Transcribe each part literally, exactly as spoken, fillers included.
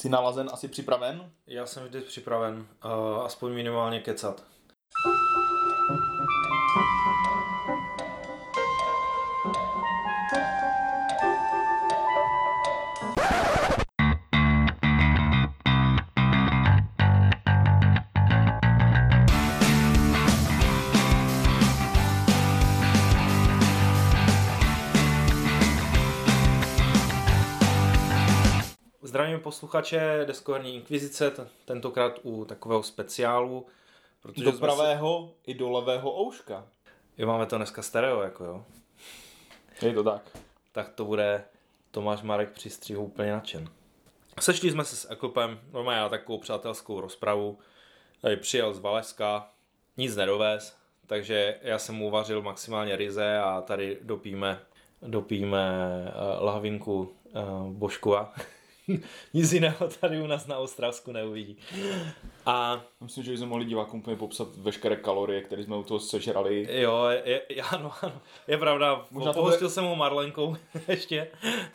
Jsi nalazen, asi připraven? Já jsem vždy připraven, uh, aspoň minimálně kecat. Zdravím posluchače Deskoherní inkvizice, t- tentokrát u takového speciálu. Protože do pravého si... i do levého ouška. Jo, máme to dneska stereo, jako jo. Je to tak. Tak to bude Tomáš Marek při střihu úplně nadšen. Sešli jsme se s Eklopem, normálně na takovou přátelskou rozpravu. Tady přijel z Valeska, nic nedovez, takže já jsem mu uvařil maximálně ryze a tady dopíme, dopíme uh, lahvinku uh, Božkova. Nic jiného tady u nás na Ostravsku neuvidí. A myslím, že bychom mohli divákům úplně popsat veškeré kalorie, které jsme u toho sežrali. Jo, je, je, ano, ano. Je pravda, možná pohostil bude... jsem ho marlenkou ještě.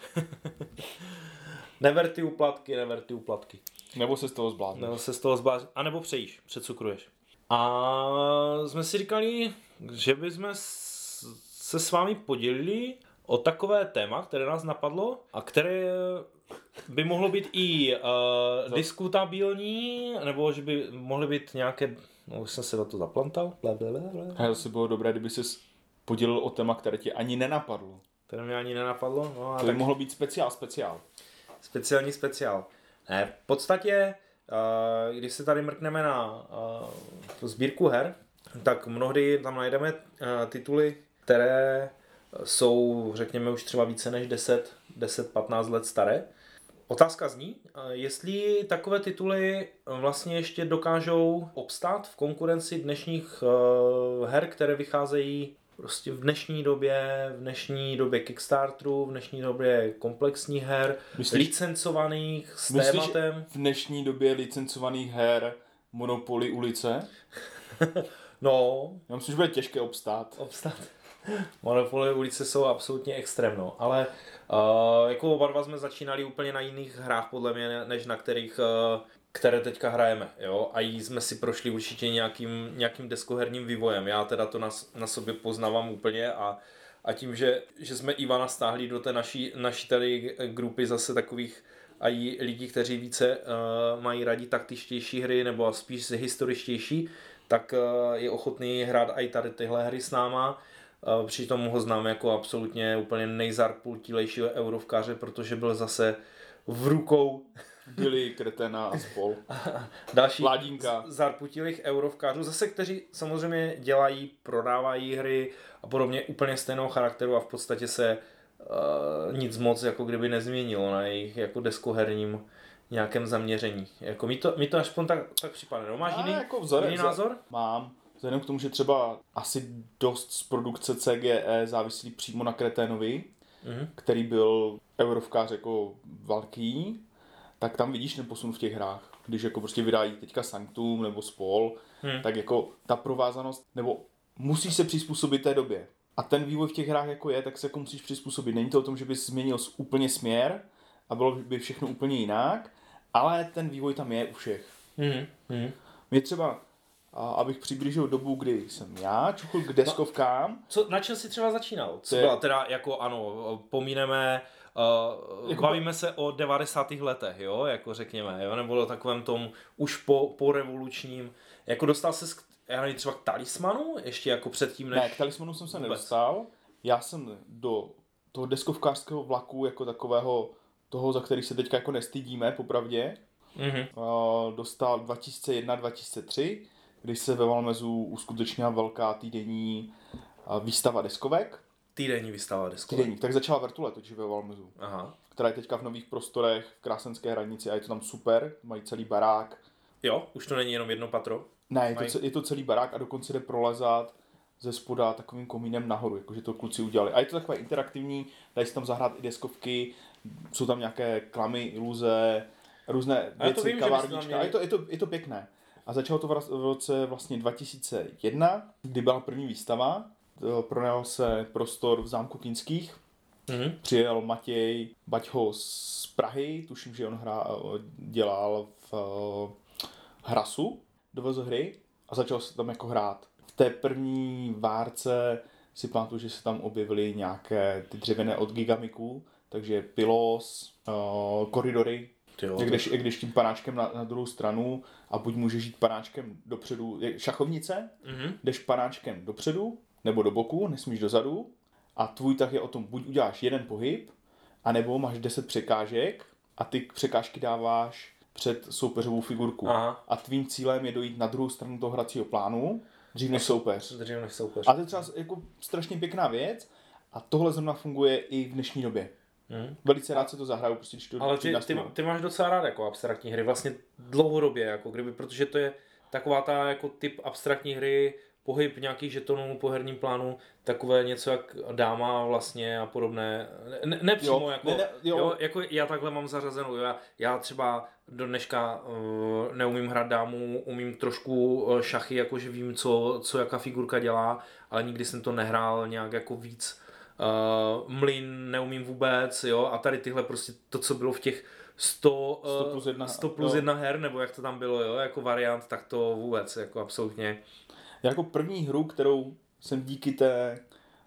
Never ty úplatky, never ty úplatky. Nebo se z toho zblázníš. Nebo se z toho zblázníš, anebo přejíš, předcukruješ. A jsme si říkali, že bychom se s vámi podělili o takové téma, které nás napadlo a které by mohlo být i uh, diskutabilní, nebo že by mohly být nějaké, no už jsem se do toho zaplantal. A zase bylo dobré, kdyby ses podělil o téma, které ti ani nenapadlo. Které mě ani nenapadlo. No a to by tak... mohlo být speciál, speciál. Speciální speciál. Ne, v podstatě, uh, když se tady mrkneme na uh, sbírku her, tak mnohdy tam najdeme uh, tituly, které jsou, řekněme, už třeba více než deset patnáct let staré. Otázka zní, jestli takové tituly vlastně ještě dokážou obstát v konkurenci dnešních uh, her, které vycházejí prostě v dnešní době, v dnešní době Kickstarteru, v dnešní době komplexních her, myslíš, licencovaných s myslíš, tématem. V dnešní době licencovaných her Monopoly ulice? No. Já myslím, že bude těžké obstát. Obstát. Monopoly ulice jsou absolutně extrémno, ale uh, jako oba dva jsme začínali úplně na jiných hrách podle mě, než na kterých, uh, které teďka hrajeme, jo, a jí jsme si prošli určitě nějakým, nějakým deskoherním vývojem, já teda to na, na sobě poznávám úplně a, a tím, že, že jsme Ivana stáhli do té naší, naší tady grupy zase takových a i lidí, kteří více uh, mají rádi taktičtější hry nebo spíš historičtější, tak uh, je ochotný hrát i tady tyhle hry s náma. Přitom ho znám jako absolutně úplně nejzarputilejšího eurovkáře, protože byl zase v rukou Billy, Kretena a spol. Další Vládínka. Zarputilých eurovkářů, zase kteří samozřejmě dělají, prodávají hry a podobně úplně stejného charakteru a v podstatě se uh, nic moc jako kdyby nezměnilo na jejich jako deskoherním nějakém zaměření. Jako mi to, mi to aspoň tak, tak připadne. No, máš jiný, jako vzor, jiný názor? Mám. Vzhledem k tomu, že třeba asi dost z produkce C G E závislí přímo na Kreténovi, mm-hmm. který byl eurovkář jako velký, tak tam vidíš ten posun v těch hrách. Když jako prostě vydají teďka Sanctum nebo Spol, mm. tak jako ta provázanost, nebo musíš se přizpůsobit té době. A ten vývoj v těch hrách jako je, tak se jako musíš přizpůsobit. Není to o tom, že bys změnil úplně směr a bylo by všechno úplně jinak, ale ten vývoj tam je u všech. Mm. Mě třeba... A abych přiblížil dobu, kdy jsem já čuchl k deskovkám. No, co, na čem jsi třeba začínal? Co je... byla teda, jako ano, pomíneme, uh, jako... bavíme se o devadesátých letech, jo, jako řekněme, jo, nebo o takovém tom už po, po revolučním, jako dostal ses k, já nevím, třeba k Talismanu, ještě jako předtím, než... Ne, k Talismanu jsem se nedostal. Já jsem do toho deskovkářského vlaku, jako takového, toho, za který se teďka jako nestydíme, popravdě, mm-hmm. uh, dostal dva tisíce jedna dva tisíce tři, když se ve Valmezu uskutečnila velká týdenní výstava deskovek. Týdenní výstava deskovek. Týdenní, tak začala Vertule totiž ve Valmezu. Aha. Která je teďka v nových prostorech v Krásenské hranici a je to tam super, mají celý barák. Jo, už to není jenom jedno patro? Ne, je to, celý, je to celý barák a dokonce jde prolezat ze spoda takovým komínem nahoru, jakože to kluci udělali. A je to takové interaktivní, dají se tam zahrát i deskovky, jsou tam nějaké klamy, iluze, různé věci, kavárnička. A je to, je, to, je to pěkné. A začalo to v roce vlastně dva tisíce jedna, kdy byla první výstava. Pronajal se prostor v zámku Kinských Mm-hmm. Přijel Matěj Baťho z Prahy, tuším, že on hra, dělal v uh, Hrasu, dovezl hry a začal se tam jako hrát. V té první várce si pamatuju, že se tam objevily nějaké ty dřevěné od Gigamiku, takže Pilos, uh, koridory, Jo, jak jdeš, jak jdeš tím panáčkem na, na druhou stranu a buď můžeš jít panáčkem dopředu, šachovnice, mm-hmm. jdeš panáčkem dopředu nebo do boku, nesmíš dozadu a tvůj tah je o tom, buď uděláš jeden pohyb, anebo máš deset překážek a ty překážky dáváš před soupeřovou figurku. Aha. A tvým cílem je dojít na druhou stranu toho hracího plánu, dřív než soupeř. Dřív než soupeř. A to je třeba jako strašně pěkná věc a tohle zrovna funguje i v dnešní době. Hmm. Velice rád se to zahraju, prostě když to ale ty, ty, ty máš docela rád jako abstraktní hry, vlastně dlouhodobě, jako kdyby, protože to je taková ta jako typ abstraktní hry, pohyb nějakých žetonů po herním plánu, takové něco jak dáma vlastně a podobné, ne, ne přímo jo, jako, ne, ne, jo. Jo, jako já takhle mám zařazenou, já, já třeba do dneška uh, neumím hrát dámu, umím trošku uh, šachy, jakože vím, co, co jaká figurka dělá, ale nikdy jsem to nehrál nějak jako víc. Uh, mlyn neumím vůbec, jo, a tady tyhle prostě to, co bylo v těch sto, uh, sto plus jedna her, nebo jak to tam bylo, jo, jako variant, tak to vůbec, jako absolutně. Já jako první hru, kterou jsem díky té,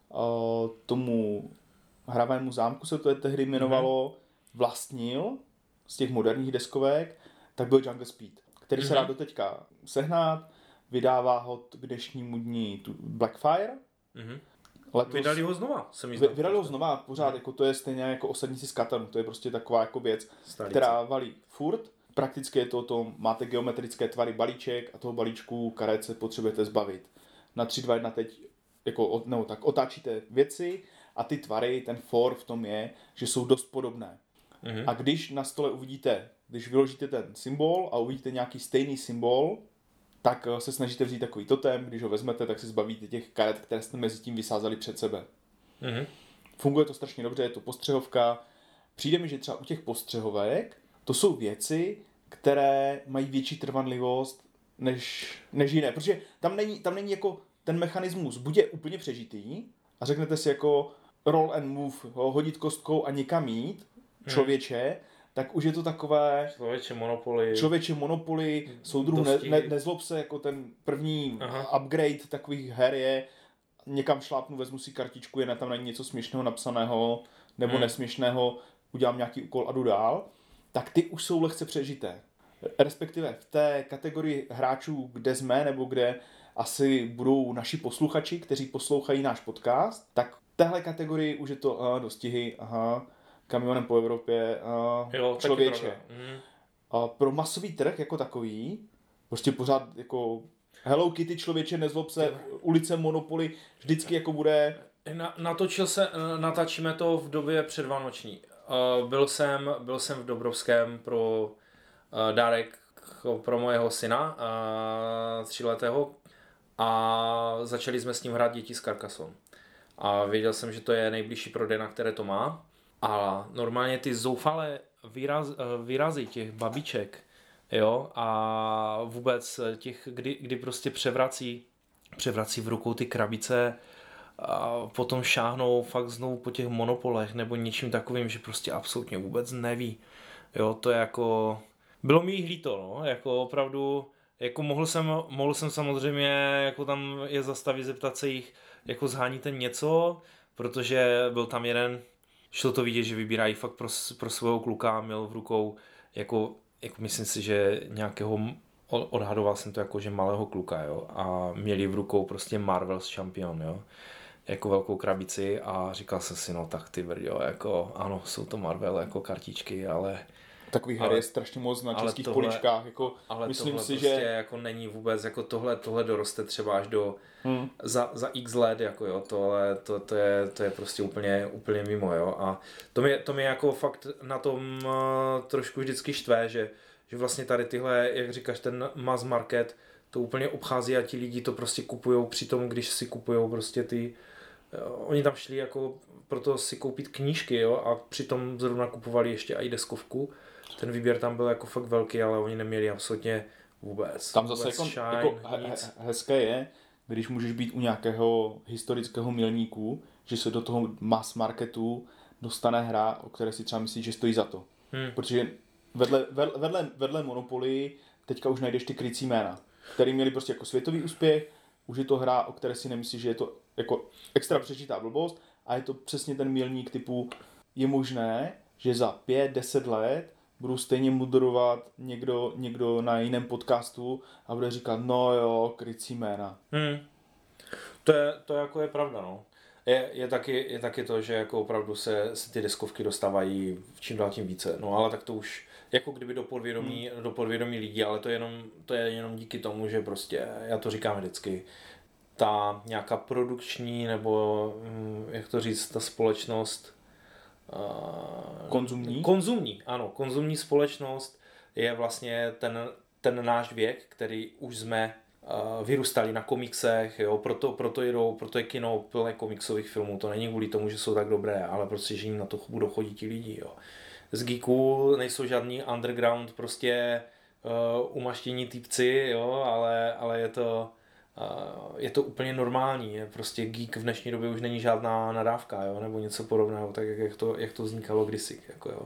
uh, tomu hravému zámku se to tehdy jmenovalo, mm-hmm. vlastnil z těch moderních deskovek, tak byl Jungle Speed, který mm-hmm. se dá doteďka sehnat, vydává ho k dnešnímu dní Blackfire. Mm-hmm. Letos, vydali ho znova, se mi zdá. Vydali ho znova, pořád, hmm. jako to je stejně jako Osadníci z Katanu, to je prostě taková jako věc, Stalice. Která valí furt. Prakticky je to o tom, máte geometrické tvary balíček a toho balíčku karet se potřebujete zbavit. Na tři, dva, jedna teď, jako, nebo tak, otáčíte věci a ty tvary, ten for v tom je, že jsou dost podobné. Hmm. A když na stole uvidíte, když vyložíte ten symbol a uvidíte nějaký stejný symbol, tak se snažíte vzít takový totem, když ho vezmete, tak se zbavíte těch karet, které jste mezi tím vysázeli před sebe. Mm-hmm. Funguje to strašně dobře, je to postřehovka. Přijde mi, že třeba u těch postřehovek to jsou věci, které mají větší trvanlivost než, než jiné, protože tam není, tam není jako ten mechanismus, buď je úplně přežitý a řeknete si jako roll and move, ho, hodit kostkou a někam jít, člověče, mm. tak už je to takové... Člověče Monopoly. Člověče Monopoly, soudruh ne, ne, nezlob se, jako ten první Aha. upgrade takových her je, někam šlápnu, vezmu si kartičku, je tam na ní něco směšného napsaného, nebo hmm. nesměšného, udělám nějaký úkol a jdu dál, tak ty už jsou lehce přežité. Respektive v té kategorii hráčů, kde jsme, nebo kde asi budou naši posluchači, kteří poslouchají náš podcast, tak v téhle kategorii už je to aha, dostihy, aha, kamionem po Evropě, uh, jo, člověče. Mm. Uh, pro masový trh jako takový, prostě pořád jako Hello Kitty, člověče, nezlob se, ulice Monopoly, vždycky jako bude... Na, natočil se, natáčíme to v době předvánoční. Uh, byl jsem, byl jsem v Dobrovském pro uh, dárek pro mojeho syna, uh, tříletého, a začali jsme s ním hrát Děti z Carcassonne. A věděl jsem, že to je nejbližší prodejna, které to má. A normálně ty zoufalé výraz, výrazy těch babiček, jo, a vůbec těch, kdy, kdy prostě převrací, převrací v rukou ty krabice a potom šáhnou fakt znovu po těch monopolech nebo něčím takovým, že prostě absolutně vůbec neví. Jo, to je jako... Bylo mi jich líto, no, jako opravdu, jako mohl jsem, mohl jsem samozřejmě jako tam je zastavit, zeptat se jich, jako zháníte něco, protože byl tam jeden, šlo to vidět, že vybírají fakt pro, pro svého kluka, měl v rukou, jako, jako myslím si, že nějakého, odhadoval jsem to jako, že malého kluka, jo, a měli v rukou prostě Marvel's Champion, jo, jako velkou krabici a říkal jsem si, no tak ty brďo, jako ano, jsou to Marvel jako kartičky, ale... Takových her je strašně moc na českých tohle, poličkách, jako ale myslím tohle si, prostě že... jako není vůbec, jako tohle, tohle doroste třeba až do, hmm. za, za x let, jako jo, tohle, to, to, je, to je prostě úplně, úplně mimo, jo, a to mě, to mě jako fakt na tom uh, trošku vždycky štve, že, že vlastně tady tyhle, jak říkáš, ten mass market, to úplně obchází a ti lidi to prostě kupujou, přitom když si kupujou prostě ty, uh, oni tam šli jako proto si koupit knížky, jo, a přitom zrovna kupovali ještě i deskovku. Ten výběr tam byl jako fakt velký, ale oni neměli absolutně vůbec. Tam zase vůbec jako, shine, jako he, hezké je, když můžeš být u nějakého historického milníku, že se do toho mass marketu dostane hra, o které si třeba myslíš, že stojí za to. Hmm. Protože vedle, vedle, vedle Monopoly teďka už najdeš ty krycí jména, které měli prostě jako světový úspěch, už je to hra, o které si nemyslíš, že je to jako extra přečítá blbost a je to přesně ten milník typu je možné, že za pět, deset let budu stejně moderovat někdo, někdo na jiném podcastu a bude říkat, no jo, krycí jména. Hmm. To, je, to jako je pravda, no. Je, je, taky, je taky to, že jako opravdu se, se ty deskovky dostávají čím dál tím více, no ale tak to už jako kdyby do podvědomí, hmm. do podvědomí lidí, ale to je, jenom, to je jenom díky tomu, že prostě, já to říkám vždycky, ta nějaká produkční nebo, jak to říct, ta společnost konzumní? Konzumní, ano, konzumní společnost je vlastně ten, ten náš věk, který už jsme uh, vyrůstali na komiksech, jo, proto, proto, jdou, proto je kino plné komiksových filmů, to není kvůli tomu, že jsou tak dobré, ale prostě, že jim na to budou chodit ti lidi, jo. Z geeků nejsou žádný underground, prostě uh, umaštění týpci, jo, ale, ale je to je to úplně normální, prostě geek v dnešní době už není žádná nadávka, jo, nebo něco podobného, tak jak to, jak to vznikalo kdysi, jako jo.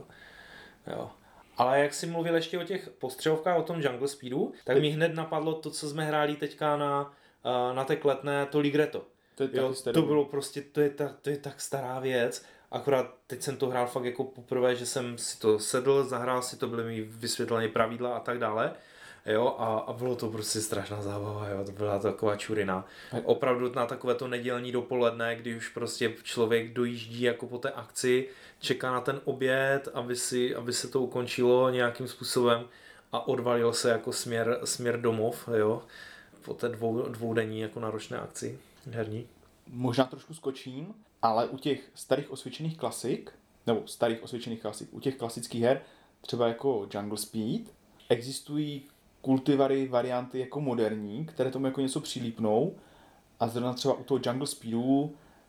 jo. Ale jak jsi mluvil ještě o těch postřelovkách, o tom Jungle Speedu, tak mi hned napadlo to, co jsme hráli teďka na, na té kletné, to Ligretto. To, jo, to bylo prostě, to je, ta, to je tak stará věc, akorát teď jsem to hrál fakt jako poprvé, že jsem si to sedl, zahrál si to, byly mi vysvětlené pravidla a tak dále. Jo, a, a bylo to prostě strašná zábava, jo, to byla taková čurina. Opravdu na takové to nedělní dopoledne, kdy už prostě člověk dojíždí jako po té akci, čeká na ten oběd, aby, si, aby se to ukončilo nějakým způsobem a odvalil se jako směr, směr domov, jo, po té dvou, dvoudenní jako náročné akci herní. Možná trošku skočím, ale u těch starých osvědčených klasik, nebo starých osvědčených klasik, u těch klasických her, třeba jako Jungle Speed, existují kultivary, varianty jako moderní, které tomu jako něco přilípnou a zrovna třeba u toho Jungle Speedu uh,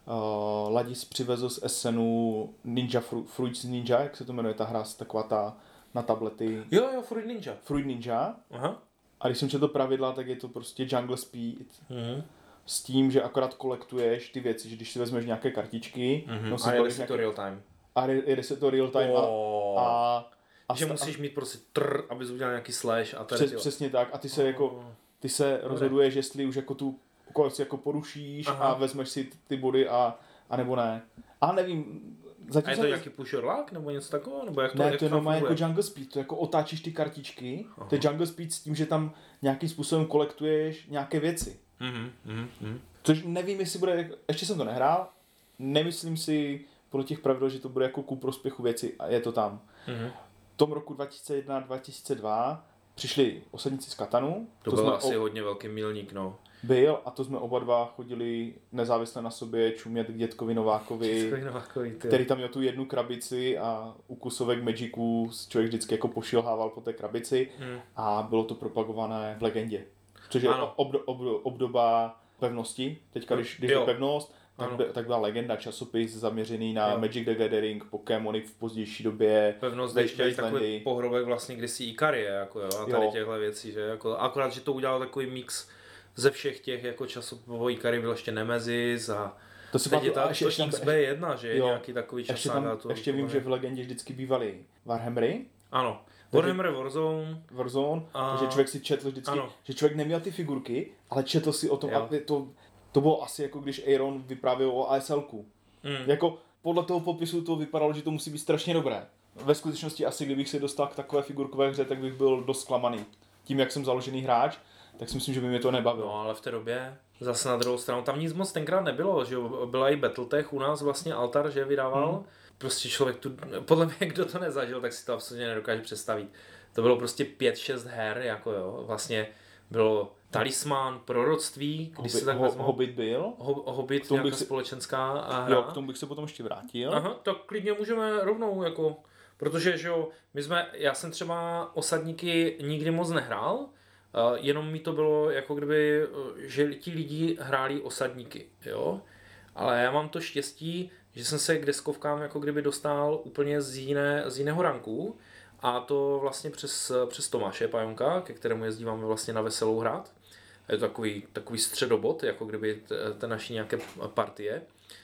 Ladis přivezl z Essenu Ninja Fru- Fruits Ninja, jak se to jmenuje ta hra, taková ta na tablety. Jo, jo, Fruit Ninja. Fruit Ninja. Aha. A když jsem četl pravidla, tak je to prostě Jungle Speed. Mhm. S tím, že akorát kolektuješ ty věci, že když si vezmeš nějaké kartičky, mhm. No, a jede se to real time. A jede se to real time oh. a, a A že musíš mít prostě trr, abys udělal nějaký slash a tady. Přes, přesně tak. A ty se oh. jako ty se rozhoduješ, jestli už jako tu kolekci jako porušíš Aha. a vezmeš si ty body a, a nebo ne. A nevím. Zatím a je to nějaký push or luck nebo něco takového? Nebo jak to, ne, jak to je normálně jako Jungle Speed. To jako otáčíš ty kartičky. Aha. To je Jungle Speed s tím, že tam nějakým způsobem kolektuješ nějaké věci. Mhm, mhm, mhm. Což nevím, jestli bude, ještě jsem to nehrál, nemyslím si podle těch pravidel, že to bude jako ku prospěchu věci a je to tam. Mhm. V tom roku dva tisíce jedna dva tisíce dva přišli osadníci z Katanu. To, to byl asi o... hodně velký milník, no. Byl a to jsme oba dva chodili nezávisle na sobě čumět k dětkovi Novákovi, dětkovi Novákovi který tam měl tu jednu krabici a u kusovek Magiců člověk vždycky jako pošilhával po té krabici hmm. a bylo to propagované v Legendě. Což je obdo, obdo, obdoba pevnosti. Teďka, když, když je pevnost, tak, by, tak byla Legenda, časopis zaměřený na jo. Magic the Gathering, Pokémony v pozdější době. Pevnost zde ještě takový pohrobek vlastně kdysi Ikarie, jako jo, a tady jo. těchto věcí, že jako, akorát, že to udělal takový mix ze všech těch jako časopů, Ikarie byl ještě Nemesis a to si teď je ta ještě, X B jedna, že je jo, nějaký takový čas. Ještě, tam, to, ještě vím, že v Legendě vždycky bývaly Warhammery. Ano. Warhammer, Warzone. Warzone, a... takže člověk si četl vždycky, ano. že člověk neměl ty figurky, ale četl si o tom, a to, to bylo asi jako když Aaron vyprávěl o A S L ku. Mm. Jako podle toho popisu to vypadalo, že to musí být strašně dobré. Ve skutečnosti asi kdybych se dostal k takové figurkové hře, tak bych byl dost zklamaný. Tím, jak jsem založený hráč, tak si myslím, že by mě to nebavilo. No ale v té době zase na druhou stranu, tam nic moc tenkrát nebylo, že byla i Battletech u nás vlastně Altar, že vydával. Mm. Prostě člověk tu, podle mě, kdo to nezažil, tak si to absolutně nedokáže představit. To bylo prostě pět šest her, jako jo, vlastně bylo Talisman, Proroctví, když Hobbit, se tak vezmu. Hobbit byl. Ho, Hobbit, nějaká se, společenská hra. Jo, k tomu bych se potom ještě vrátil. Aha, tak klidně můžeme rovnou, jako, protože, že jo, my jsme, já jsem třeba Osadníky nikdy moc nehrál, uh, jenom mi to bylo, jako kdyby, že ti lidi hráli Osadníky, jo. Ale já mám to štěstí, že jsem se k deskovkám jako kdyby dostal úplně z, jiné, z jiného ranku. A to vlastně přes, přes Tomáše Pajonka, ke kterému jezdíváme vlastně na Veselou hrát. Je to takový, takový středobod, jako kdyby té naší nějaké partie.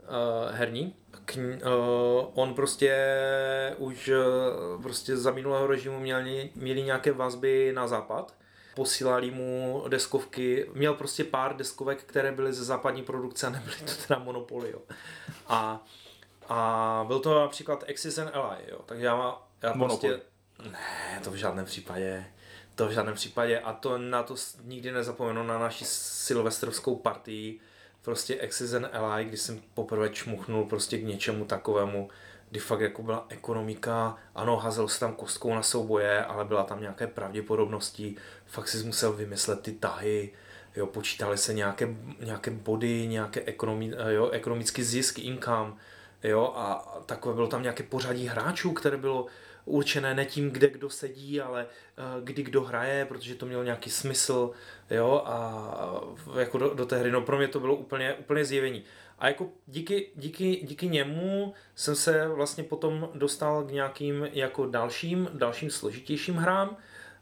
uh, herní. K, uh, on prostě už uh, prostě za minulého režimu měl, měli nějaké vazby na západ. Posílali mu deskovky, měl prostě pár deskovek, které byly ze západní produkce a nebyly to teda Monopoly, jo. A, a byl to například Axis and Ally, jo. Takže já, já prostě... Ne, to v žádném případě. To v žádném případě. A to na to nikdy nezapomenu na naši silvestrovskou partii. Prostě Axis and Ally, kdy jsem poprvé čmuchnul prostě k něčemu takovému, kdy fakt jako byla ekonomika, ano, hazel se tam kostkou na souboje, ale byla tam nějaké pravděpodobnosti, fakt si musel vymyslet ty tahy, jo, počítali se nějaké, nějaké body, nějaké ekonomi, jo, ekonomický zisk, income, jo, a takové bylo tam nějaké pořadí hráčů, které bylo určené ne tím, kde kdo sedí, ale uh, kdy kdo hraje, protože to mělo nějaký smysl, jo, a jako do, do té hry, no pro mě to bylo úplně, úplně zjevení. A jako díky, díky, díky němu jsem se vlastně potom dostal k nějakým jako dalším, dalším složitějším hrám.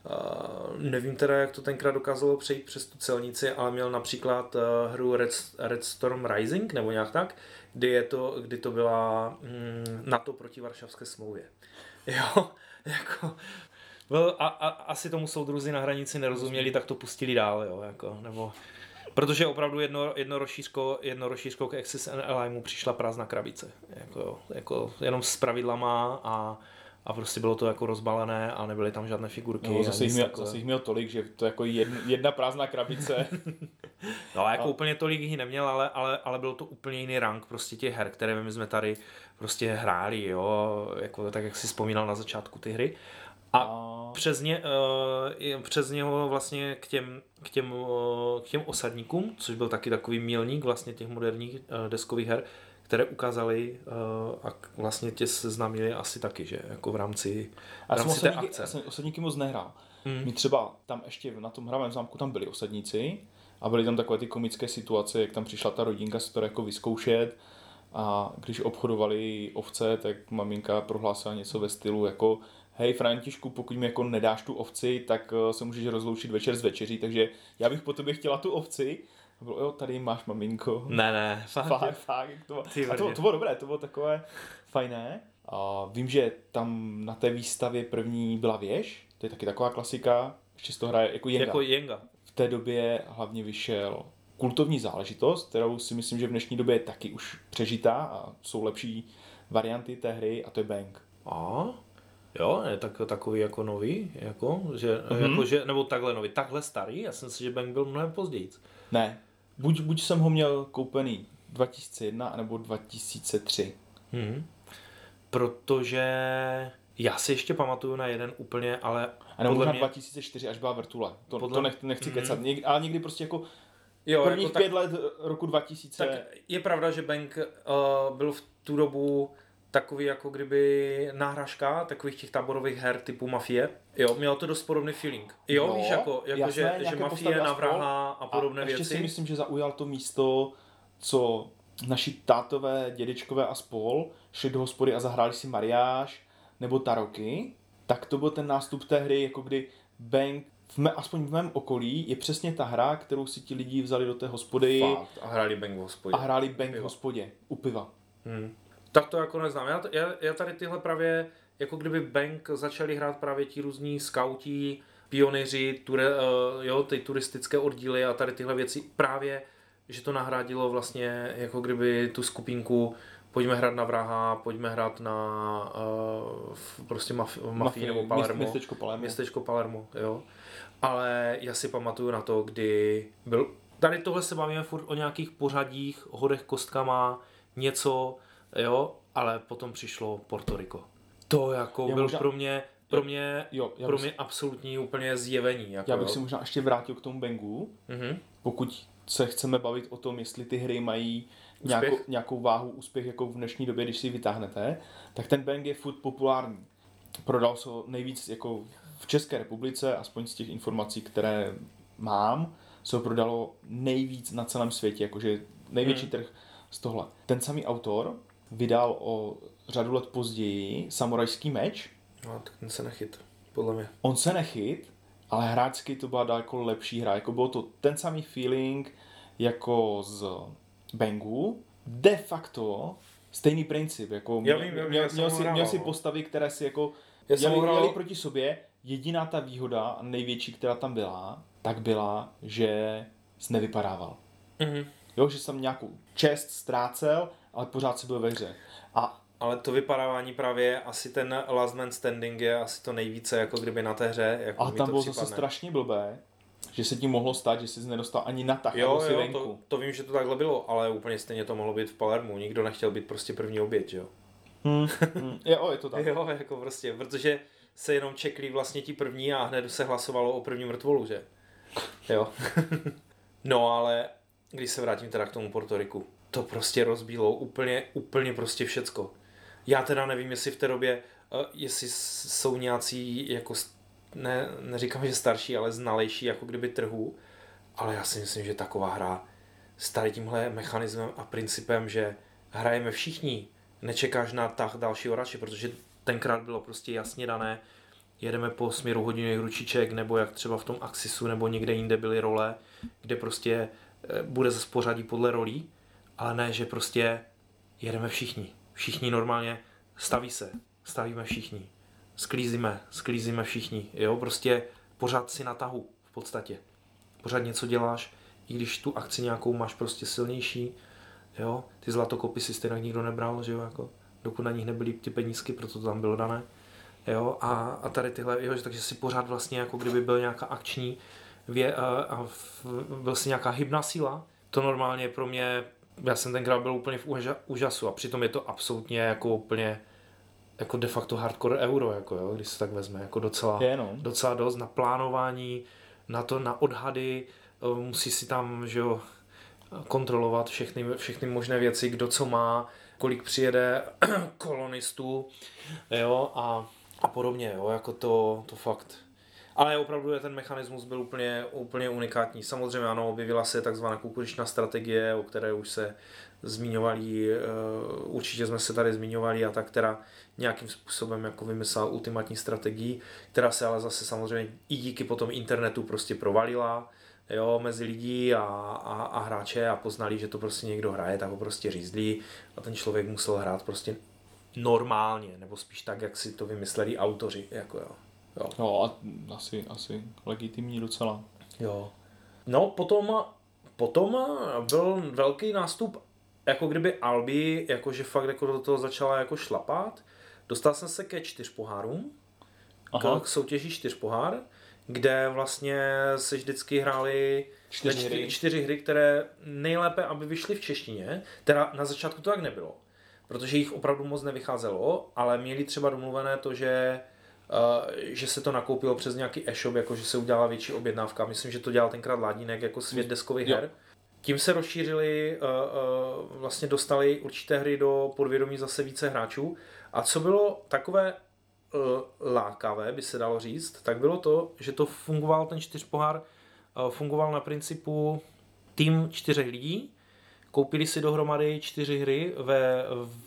Uh, nevím teda, jak to tenkrát dokázalo přejít přes tu celnici, ale měl například uh, hru Red, Red Storm Rising, nebo nějak tak, kdy, je to, kdy to byla mm, NATO proti Varšavské smlouvě. Jo, jako... Well, a, a, asi tomu soudruzi na hranici nerozuměli, tak to pustili dál, jo, jako, nebo... Protože opravdu jedno, jedno rozšířko, jedno rozšířko k Axis and Ally mu přišla prázdná krabice. Jako, jako jenom s pravidlama a, a prostě bylo to jako rozbalené a nebyly tam žádné figurky. No, zase, jich měl, zase jich měl tolik, že to jako jedna, jedna prázdná krabice. No a jako a... úplně tolik jich neměl, ale, ale, ale byl to úplně jiný rank prostě těch her, které my jsme tady prostě hráli, jo, jako, tak jak si vzpomínal na začátku ty hry. A, a... Přes, ně, uh, přes něho vlastně k těm, k, těm, uh, k těm osadníkům, což byl taky takový milník vlastně těch moderních uh, deskových her, které ukázali uh, a vlastně tě seznámili asi taky, že jako v rámci, v rámci osadníky, té akce. Já jsem osadníky moc nehrál. Mm. My třeba tam ještě na tom hravém zámku tam byli osadníci a byly tam takové ty komické situace, jak tam přišla ta rodinka se to jako vyzkoušet a když obchodovali ovce, tak maminka prohlásila něco ve stylu jako hej Františku, pokud mi jako nedáš tu ovci, tak se můžeš rozloučit večer s večeří, takže já bych po tobě chtěla tu ovci. A bylo, jo, tady máš maminko. Ne, ne, fakt. fakt, fakt to, a to, to bylo dobré, to bylo takové fajné. A vím, že tam na té výstavě první byla věž, to je taky taková klasika, ještě z toho hraje jako Jenga. Jako Jenga. V té době hlavně vyšel kultovní záležitost, kterou si myslím, že v dnešní době je taky už přežitá a jsou lepší varianty té hry a to je Bang. A? Jo, ne, tak, takový jako nový, jako, že, mm-hmm. jako, že, nebo takhle nový, takhle starý, já jsem si, že Bang byl mnohem později. Ne, buď, buď jsem ho měl koupený dva tisíce jedna nebo dva tisíce tři. Mm-hmm. Protože já si ještě pamatuju na jeden úplně, ale... A nebo možná mě... dva tisíce čtyři, až byla Vrtule, to, podle... to nech, nechci mm-hmm. kecat, Něk, ale někdy prostě jako... Jo, prvních jako pět tak, let roku dva tisíce. Tak je pravda, že Bang uh, byl v tu dobu takový jako kdyby náhražka takových těch táborových her typu Mafie. Jo, mělo to dost podobný feeling. Jo, jo víš, jako, jako jasné, že, že Mafie, Navraha a podobné a věci. ještě si myslím, že zaujal to místo, co naši tátové, dědečkové a spol šli do hospody a zahráli si mariáž nebo taroky, tak to byl ten nástup té hry, jako kdy Bang, v mé, aspoň v mém okolí, je přesně ta hra, kterou si ti lidi vzali do té hospody. Fakt. A hráli Bang v hospodě. A hráli Bang v hospodě, u piva. Hmm. Tak to jako neznám. Já, já, já tady tyhle právě, jako kdyby Bang začali hrát právě ti různí skauti, pionýři, ture, uh, jo, ty turistické oddíly a tady tyhle věci právě, že to nahradilo vlastně jako kdyby tu skupinku pojďme hrát na Vraha, pojďme hrát na uh, prostě maf- Mafii nebo Palermo. Městečko Palermo. Městečko Palermo, jo. Ale já si pamatuju na to, kdy byl, tady tohle se bavíme furt o nějakých pořadích, hodech kostkama, něco, jo, ale potom přišlo Porto Rico. To jako já byl možná, pro mě, pro mě, jo, pro bych, mě absolutní úplně zjevení. Jako, já bych jo. se možná ještě vrátil k tomu Bangu, mm-hmm. pokud se chceme bavit o tom, jestli ty hry mají nějakou, nějakou váhu, úspěch jako v dnešní době, když si ji vytáhnete, tak ten Bang je furt populární. Prodal se nejvíc jako v České republice, aspoň z těch informací, které mám, se ho prodalo nejvíc na celém světě, jakože největší hmm. trh z tohle. Ten samý autor vydal o řadu let později Samurajský meč. No, tak ten se nechyt, podle mě. On se nechyt, ale hráčsky to byla daleko lepší hra. Jako bylo to ten samý feeling jako z Bangu. de facto stejný princip, jako já vím, měl, měl, měl, si, hrával, měl si no. postavy, které si jako Já jeli, hrál... jeli proti sobě, jediná ta výhoda, největší, která tam byla, tak byla, že jsi nevypadával. Mm-hmm. Jo, že jsem nějakou čest ztrácel, ale pořád si byl ve hře. A ale to vypadávání právě, asi ten last man standing je asi to nejvíce, jako kdyby na té hře. Jako a tam bylo zase strašně blbé, že se ti mohlo stát, že jsi nedostal ani na tah, jo, si jo, venku. to, to vím, že to takhle bylo, ale úplně stejně to mohlo být v Palermu. Nikdo nechtěl být prostě první oběť, jo. Hmm, hmm, jo, je to tak. Jo, jako prostě, protože se jenom čekli vlastně ti první a hned se hlasovalo o první mrtvolu, že? Jo. No ale, když se vrátím teda k tomu Portoriku, to prostě rozbílo úplně, úplně prostě všecko. Já teda nevím, jestli v té době, jestli jsou nějací, jako, ne, neříkám, že starší, ale znalejší, jako kdyby trhu, ale já si myslím, že taková hra s tady tímhle mechanismem a principem, že hrajeme všichni, nečekáš na tah dalšího hráče, protože tenkrát bylo prostě jasně dané, jedeme po směru hodinových ručiček, nebo jak třeba v tom Axisu, nebo někde jinde byly role, kde prostě bude zase pořadí podle rolí, ale ne, že prostě jedeme všichni. Všichni normálně staví se, stavíme všichni, sklízíme, sklízíme všichni, jo, prostě pořád si na tahu v podstatě. Pořád něco děláš, i když tu akci nějakou máš prostě silnější, jo, ty zlatokopy si stejně nikdo nebral, že jo, jako, dokud na nich nebyly ty penízky, proto to tam bylo dané, jo, a, a tady tyhle, jo, takže si pořád vlastně jako kdyby byl nějaká akční, vě, a, a v, byl si nějaká hybná síla, to normálně pro mě, já jsem tenkrát byl úplně v úžasu a přitom je to absolutně jako úplně jako de facto hardcore euro, jako jo, když se tak vezme, jako docela, je, no. docela dost na plánování, na to, na odhady, musí si tam, že jo, kontrolovat všechny, všechny možné věci, kdo co má, kolik přijede kolonistů, jo, a, a podobně, jo, jako to, to fakt. Ale opravdu ten mechanismus byl úplně, úplně unikátní. Samozřejmě ano, objevila se takzvaná kukuřičná strategie, o které už se zmiňovali, určitě jsme se tady zmiňovali a ta, která nějakým způsobem jako vymyslela ultimátní strategii, která se ale zase samozřejmě i díky potom internetu prostě provalila, jo, mezi lidi a, a, a hráče a poznali, že to prostě někdo hraje, tak ho prostě řízlí a ten člověk musel hrát prostě normálně, nebo spíš tak, jak si to vymysleli autoři, jako jo. Jo, no a asi, asi legitimní docela. Jo. No potom, potom byl velký nástup, jako kdyby Albi, jakože fakt jako do toho začala jako šlapat. Dostal jsem se ke čtyř pohárům, Aha. k soutěži čtyř pohár, kde vlastně se vždycky hrály čtyři, čtyři, hry. čtyři hry, které nejlépe, aby vyšly v češtině. Teda na začátku to tak nebylo, protože jich opravdu moc nevycházelo, ale měli třeba domluvené to, že Uh, že se to nakoupilo přes nějaký e-shop, jako že se udělala větší objednávka. Myslím, že to dělal tenkrát Ládínek jako svět deskových her. Tím se rozšířili, uh, uh, vlastně dostali určité hry do podvědomí zase více hráčů. A co bylo takové uh, lákavé, by se dalo říct, tak bylo to, že to fungoval, ten čtyřpohár, uh, fungoval na principu tým čtyřech lidí, koupili si dohromady čtyři hry ve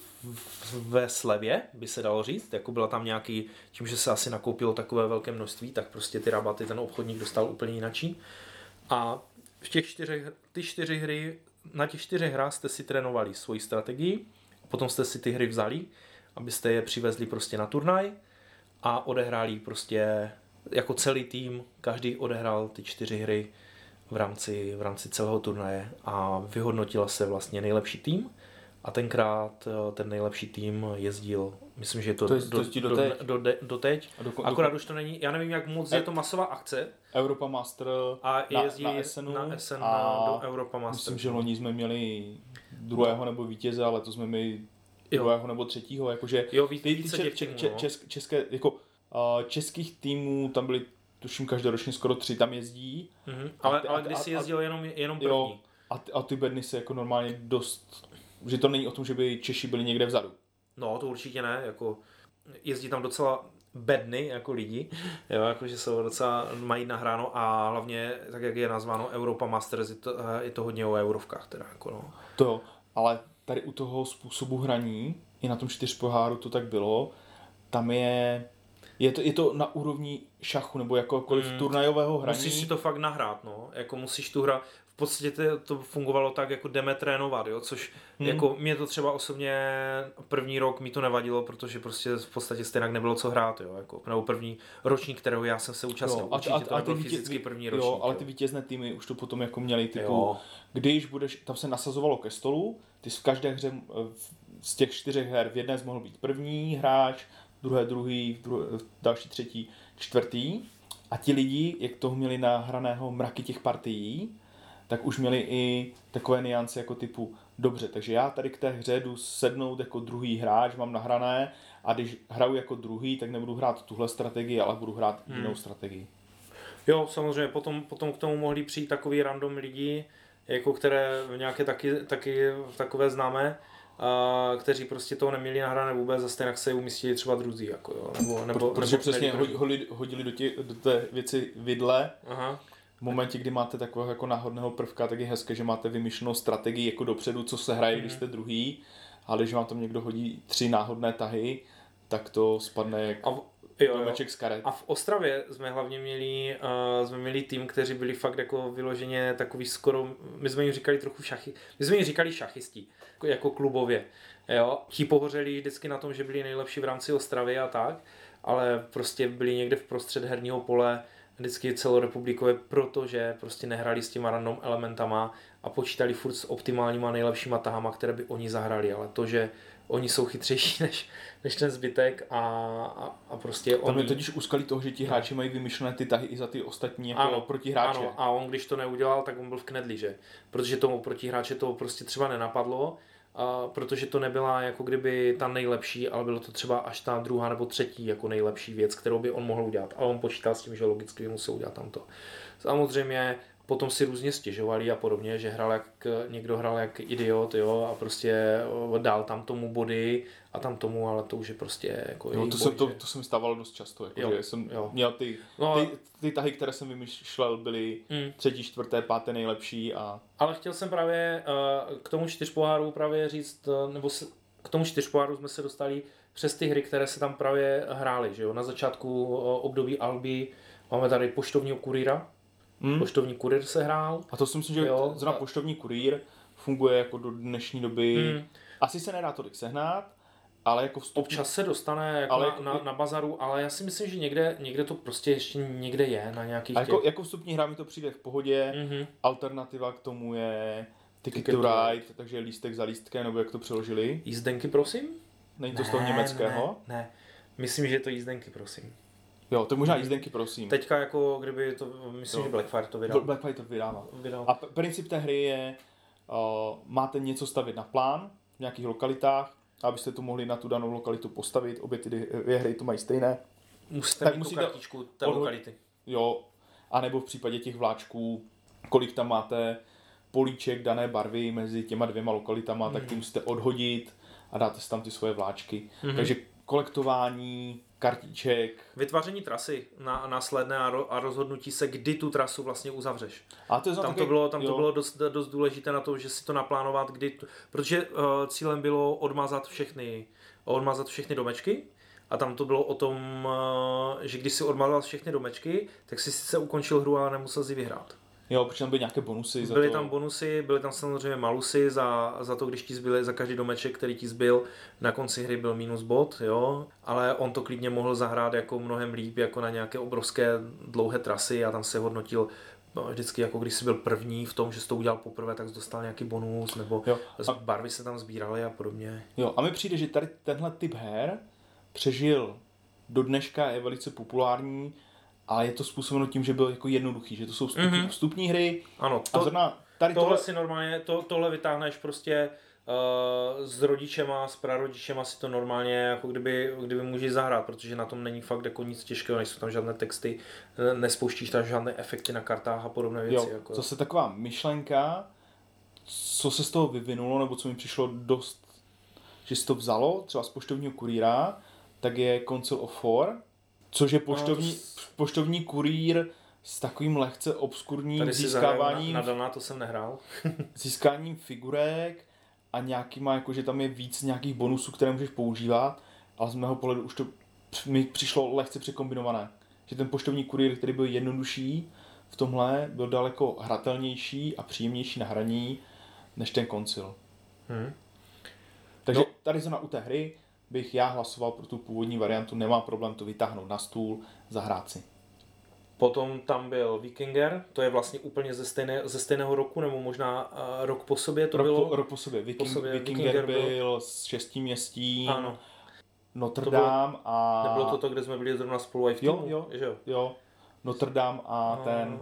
ve slevě, by se dalo říct, jako byla tam nějaký, tím, že se asi nakoupilo takové velké množství, tak prostě ty rabaty ten obchodník dostal úplně jinačí. A v těch čtyřech, ty čtyři hry, na těch čtyřech hrách jste si trénovali svoji strategii, potom jste si ty hry vzali, abyste je přivezli prostě na turnaj a odehráli prostě jako celý tým, každý odehrál ty čtyři hry v rámci, v rámci celého turnaje a vyhodnotila se vlastně nejlepší tým. A tenkrát ten nejlepší tým jezdil, myslím, že je to, to, je, do, to do, doteď. Do, do, doteď. Do, do, Akorát do, už to není, já nevím, jak moc e, je to masová akce. Europa Master a jezdí na, na Essenu, na Essen a do Europa Master. Myslím, že loni jsme měli druhého nebo vítěze, ale to jsme měli druhého nebo třetího. Jakože jo, víc, ty, více ty těch če, týmů, če, no. česk, české, jako, uh, českých týmů tam byly, tuším, každoročně skoro tři tam jezdí. Mm-hmm. Ale, ty, ale když si jezdil a, jenom, jenom první. Jo, a, ty, a ty bedny se jako normálně dost... Že to není o tom, že by Češi byli někde vzadu. No, to určitě ne, jako jezdí tam docela bedny jako lidi, jo, jako že jsou docela, mají nahráno a hlavně, tak jak je nazváno Europa Masters, je to, je to hodně o eurovkách teda, jako no. To jo, ale tady u toho způsobu hraní, i na tom čtyřpoháru to tak bylo, tam je, je to, je to na úrovni šachu nebo jakoukoliv mm, turnajového hraní. Musíš si to fakt nahrát, no, jako musíš tu hra, v podstatě to, to fungovalo tak, jako jdeme trénovat, jo, což hmm. jako mě to třeba osobně první rok mi to nevadilo, protože prostě v podstatě stejně nebylo co hrát, jo, jako, nebo první ročník, kterého já jsem se účastnil, jo, určitě a, to a, nebyl a fyzicky vítěz, první ročník. Jo, ale ty jo. vítězné týmy už to potom jako měli typu, jo. když budeš, tam se nasazovalo ke stolu, ty v každé hře z těch čtyřech her v jedné jsi mohl být první hráč, druhé druhý, druhé, další třetí, čtvrtý. A ti lidi, jak toho měli nahraného mraky těch partií, tak už měli i takové niance jako typu, dobře, takže já tady k té hře jdu sednout jako druhý hráč, mám nahrané a když hraju jako druhý, tak nebudu hrát tuhle strategii, ale budu hrát hmm. jinou strategii. Jo, samozřejmě, potom, potom k tomu mohli přijít takový random lidi, jako které nějaké taky, taky takové známé, a kteří prostě toho neměli nahrané vůbec a stejně se umístili třeba druzí. Jako, jo. Nebo, nebo, Protože nebo přesně hodili, hodili do, tě, do té věci vidle. Aha. V momentě, kdy máte takového jako náhodného prvka, tak je hezké, že máte vymyšlenou strategii jako dopředu, co se hraje, mm. když jste druhý, ale když vám tam někdo hodí tři náhodné tahy, tak to spadne jak a v, jo, domeček z karet. A v Ostravě jsme hlavně měli, uh, jsme měli tým, kteří byli fakt jako vyloženě takový skoro, my jsme jim říkali trochu šachy, my jsme jim říkali šachisti, jako, jako klubově. Jo? Ti pohořeli vždycky na tom, že byli nejlepší v rámci Ostravy a tak, ale prostě byli někde v prostřed herního pole, vždycky celorepublikové, protože prostě nehrali s těma random elementama a počítali furt s optimálníma nejlepšíma tahama, které by oni zahrali, ale to, že oni jsou chytřejší než, než ten zbytek a, a, a prostě tam oni... je totiž úskalí toho, že ti hráči mají vymyšlené ty tahy i za ty ostatní jako ano, protihráče. Ano, a on když to neudělal, tak on byl v knedli, že? Protože tomu protihráče to prostě třeba nenapadlo, a protože to nebyla jako kdyby ta nejlepší, ale bylo to třeba až ta druhá nebo třetí jako nejlepší věc, kterou by on mohl udělat. A on počítal s tím, že logicky musel udělat tamto. Samozřejmě potom si různě stěžovali a podobně, že hrál jak, někdo hrál jak idiot, jo, a prostě dal tam tomu body a tam tomu, ale to už je prostě jako jo, to, jsem, to, to jsem stávalo dost často, jako, jo, že jsem jo. měl ty, no, ty, ty tahy, které jsem vymýšlel, byly mm. třetí, čtvrté, páté nejlepší a... Ale chtěl jsem právě uh, k tomu čtyřpoháru právě říct, uh, nebo se, k tomu čtyřpoháru jsme se dostali přes ty hry, které se tam právě hrály, že jo, na začátku uh, období Alby máme tady Poštovního kurýra. Hmm. Poštovní kurýr se hrál. A to si myslím, že jo, zrovna a... Poštovní kurýr funguje jako do dnešní doby. Hmm. Asi se nedá tolik sehnat, ale jako vstupní... Občas se dostane jako ale na, jako... na, na bazaru, ale já si myslím, že někde, někde to prostě ještě někde je na nějakých a jako, těch... jako vstupní hra mi to přijde v pohodě. Mm-hmm. Alternativa k tomu je Ticket, Ticket to Ride, takže lístek za lístkem, nebo jak to přeložili. Jízdenky, prosím? Není to ne, z toho německého? Ne, ne, myslím, že je to jízdenky, prosím. Jo, to možná jízdenky, prosím. Teďka jako kdyby to, myslím, jo. že Blackfire to vydal. Blackfire to vydává. vydal. A princip té hry je, uh, máte něco stavět na plán v nějakých lokalitách, abyste to mohli na tu danou lokalitu postavit, obě ty dvě hry to mají stejné. Musíte tak mít tu kartičku té odho- lokality. Jo, anebo v případě těch vláčků, kolik tam máte políček dané barvy mezi těma dvěma lokalitama, mm. tak ty musíte odhodit a dáte si tam ty svoje vláčky. Mm-hmm. Takže kolektování kartiček. Vytváření trasy na následné a, ro, a rozhodnutí se, kdy tu trasu vlastně uzavřeš. A to je tam taky, to bylo, tam to bylo dost, dost důležité na to, že si to naplánovat, kdy, tu, protože uh, cílem bylo odmazat všechny, odmazat všechny domečky a tam to bylo o tom, uh, že když si odmazal všechny domečky, tak si sice ukončil hru, ale nemusel si vyhrát. Jo, protože tam byly nějaké bonusy. Byly za to... tam bonusy, byly tam samozřejmě malusy za, za to, když ti zbyly, za každý domeček, který ti zbyl, na konci hry byl minus bod, jo, ale on to klidně mohl zahrát jako mnohem líp, jako na nějaké obrovské dlouhé trasy a tam se hodnotil vždycky, jako když jsi byl první v tom, že jsi to udělal poprvé, tak jsi dostal nějaký bonus, nebo jo, a... barvy se tam sbíraly a podobně. Jo, a mi přijde, že tady tenhle typ her přežil do dneška, je velice populární, ale je to způsobeno tím, že byl jako jednoduchý, že to jsou vstupní, mm-hmm. vstupní hry. Ano, to, a zrovna tady tohle, tohle si normálně, to, tohle vytáhneš prostě uh, s rodičema, s prarodičema si to normálně, jako kdyby, kdyby můžeš zahrát, protože na tom není fakt jako nic těžkého, nejsou tam žádné texty, nespouštíš tam žádné efekty na kartách a podobné věci. Jo, jako. zase taková myšlenka, co se z toho vyvinulo, nebo co mi přišlo dost, že si to vzalo, třeba z Poštovního kurýra, tak je Council of Four, což je poštovní, no, poštovní kurýr s takovým lehce obskurním získáváním. Na, na Dana to jsem nehrál. získáním figurek a nějakýma, jakože tam je víc nějakých bonusů, které můžeš používat, ale z mého pohledu už to mi přišlo lehce překombinované. Že ten poštovní kurýr, který byl jednodušší, v tomhle byl daleko hratelnější a příjemnější na hraní než ten koncil. Hmm. Takže no. tady zrovna u té hry bych já hlasoval pro tu původní variantu, nemá problém to vytáhnout na stůl, zahrát si. Potom tam byl Wikinger, to je vlastně úplně ze, stejné, ze stejného roku, nebo možná uh, rok po sobě to rok bylo. Po, rok po sobě. Viking, po sobě. Wikinger, Wikinger byl, byl s šestím městím, ano. Notre Dame a... Nebylo to to, kde jsme byli zrovna spolu i v týmu? Jo, jo, že jo. jo. Notre Dame a no. ten...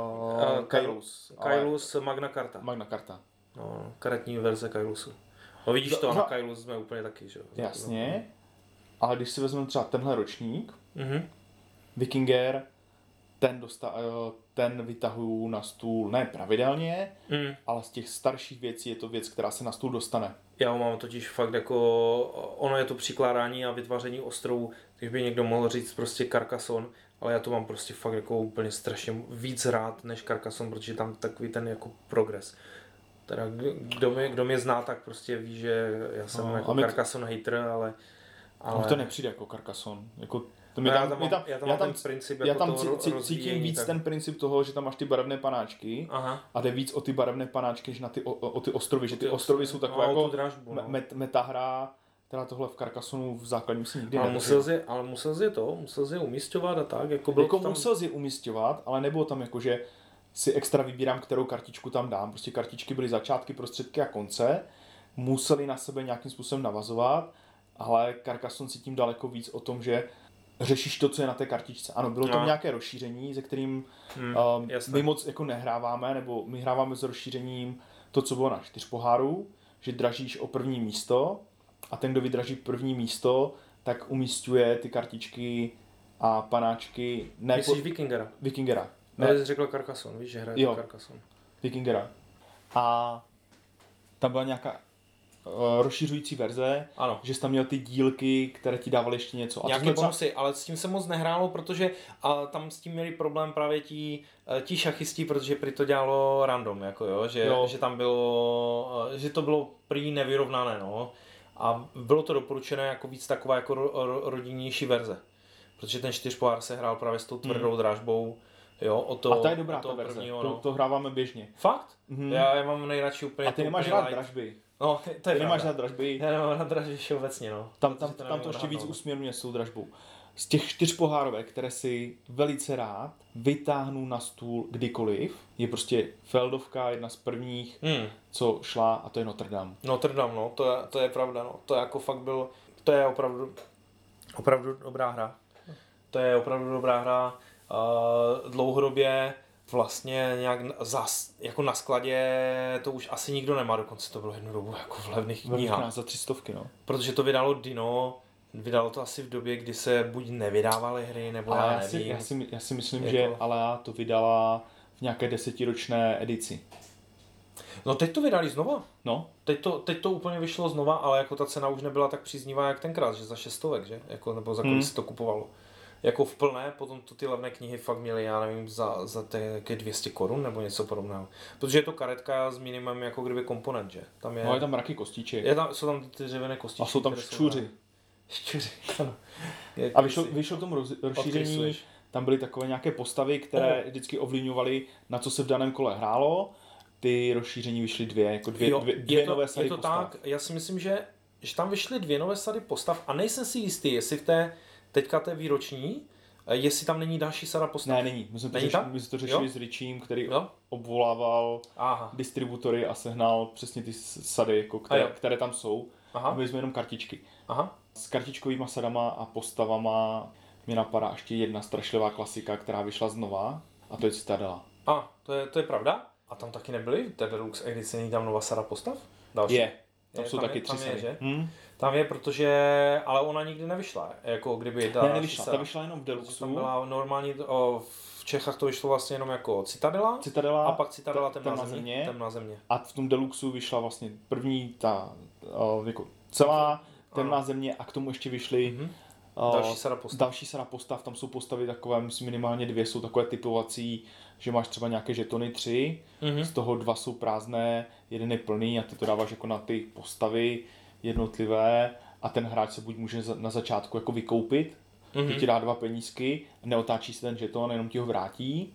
Uh, uh, Kailus. Kailus Magna Carta. Magna Carta. No, karetní verze Kailusu. No vidíš to, to a na Kailus jsme úplně taky, že jo. Jasně, ale když si vezmeme třeba tenhle ročník, mm-hmm. Wikinger, ten, dosta, ten vytahuju na stůl ne pravidelně, mm. ale z těch starších věcí je to věc, která se na stůl dostane. Já ho mám totiž fakt jako, ono je to přikládání a vytváření ostrovů, když by někdo mohl říct prostě Carcassonne, ale já to mám prostě fakt jako úplně strašně víc rád než Carcassonne, protože tam takový ten jako progres. Teda kdo mě, kdo mě zná, tak prostě ví, že já jsem no, jako Carcassonne hater, ale... ale... No to nepřijde jako Carcassonne, jako... Tam, já tam, mám, tam, já tam, já tam, princip já jako tam cí, cítím víc tak... ten princip toho, že tam máš ty barevné panáčky. Aha. A jde víc o ty barevné panáčky, než na ty, o, o ty ostrovy, že ty ostrovy jsou takové no, jako dražbu, no. met, metahra, teda tohle v Carcassonnu v základním si nikdy ale musel jsi, ale musel jsi to, musel jsi umísťovat a tak. Jako, bylo jako tam... musel jsi umísťovat, ale nebylo tam jako, že si extra vybírám, kterou kartičku tam dám. Prostě kartičky byly začátky, prostředky a konce, museli na sebe nějakým způsobem navazovat, ale Carcassonne si tím daleko víc o tom, že řešíš to, co je na té kartičce. Ano, bylo tam no. nějaké rozšíření, se kterým hmm, um, my moc jako nehráváme, nebo my hráváme s rozšířením to, co bylo na čtyř pohárů, že dražíš o první místo a ten, kdo vydraží první místo, tak umísťuje ty kartičky a panáčky. Ne Myslíš po... Vikingera? Vikingera. Ne, jsi řekl Carcassonne, víš, že hraje Carcassonne. Vikingera. A tam byla nějaká Uh, rozšiřující verze, ano. že jsi tam měl ty dílky, které ti dávaly ještě něco. A nějaké bonusy, třeba... ale s tím se moc nehrálo, protože a tam s tím měli problém právě ti, ti šachisti, protože prý to dělalo random, jako jo, že, jo. že tam bylo, že to bylo prý nevyrovnané, no. A bylo to doporučené jako víc taková jako ro, ro, rodinnější verze, protože ten čtyřpohár se hrál právě s tou tvrdou hmm. drážbou. Jo, o to, a to je dobrá ta verze, prvního, to, no. to hráváme běžně. Fakt? Mm-hmm. Já, já mám nejradši úplně... A ty nemáš rád dražby. No, to je ty nemáš rád dražby. Já nemám rád dražby všeobecně, no. Tam, tam, to, tam to ještě víc usměrňuje s tou dražbou. Z těch čtyř pohárovek, které si velice rád vytáhnu na stůl kdykoliv, je prostě Feldovka, jedna z prvních, hmm. co šla, a to je Notre Dame. Notre Dame, no, to je, to je pravda, no. To je jako fakt byl, to je opravdu, opravdu dobrá hra. To je opravdu dobrá hra. Uh, dlouhodobě vlastně nějak zas, jako na skladě to už asi nikdo nemá, dokonce to bylo jednu dobu jako v levných knihách. Za tři stovky, no. Protože to vydalo Dino, vydalo to asi v době, kdy se buď nevydávaly hry, nebo ale já, já nevím. Si, já, si, já si myslím, jako... že Alea to vydala v nějaké desetiročné edici. No teď to vydali znova. No. Teď to, teď to úplně vyšlo znova, ale jako ta cena už nebyla tak příznivá jak tenkrát, že za šestovek, že? Jako, nebo za kolik hmm. se to kupovalo. Jako v plné, potom to ty levné knihy fakt měly, já nevím, za, za ty dvě stě korun nebo něco podobného. Protože je to karetka s minimem jako kdyby komponent, že? Tam je, no je tam mraky kostiček. Je tam, jsou tam ty dřevěné kostičky. A jsou tam ščůři. Ščůři, ano. A vyšlo, vyšlo tomu roz, rozšíření, tam byly takové nějaké postavy, které oh. vždycky ovlivňovaly, na co se v daném kole hrálo. Ty rozšíření vyšly dvě, jako dvě, jo, dvě, dvě to, nové sady je to postav. Tak, já si myslím, že, že tam vyšly dvě nové sady postav a nejsem si jistý, jestli v té teďka té výroční, jestli tam není další sada postav. Ne, není. My jsme to, řeš, my jsme to řešili jo? s Richiem, který jo? obvolával Aha. distributory a sehnal přesně ty sady, jako které, které tam jsou. Aha. A byli jsme jenom kartičky. Aha. S kartičkovýma sadama a postavama mě napadá ještě jedna strašlivá klasika, která vyšla znova, a to je Citadela. A, to je, to je pravda? A tam taky nebyly? Té Deluxe edici není tam nová sada postav? Další? Je. Tam je, jsou tam taky je, tři sady. Že? Hmm. Tam je, protože, ale ona nikdy nevyšla, jako kdyby ta... Ne, nevyšla, ta vyšla jenom v Deluxu. Tam byla normální, o, v Čechách to vyšlo vlastně jenom jako Citadela, Citadela a pak Citadela t- temná, temná země, země. temná země. A v tom Deluxu vyšla vlastně první ta o, jako celá temná ano. země a k tomu ještě vyšly mm-hmm. o, další sada postav. Další sada postav, tam jsou postavy takové, myslím minimálně dvě jsou takové typovací, že máš třeba nějaké žetony tři, mm-hmm. z toho dva jsou prázdné, jeden je plný a ty to dáváš jako na ty postavy jednotlivé a ten hráč se buď může na začátku jako vykoupit, mm-hmm. ti dá dva penízky, neotáčí se ten žeton, jenom ti ho vrátí,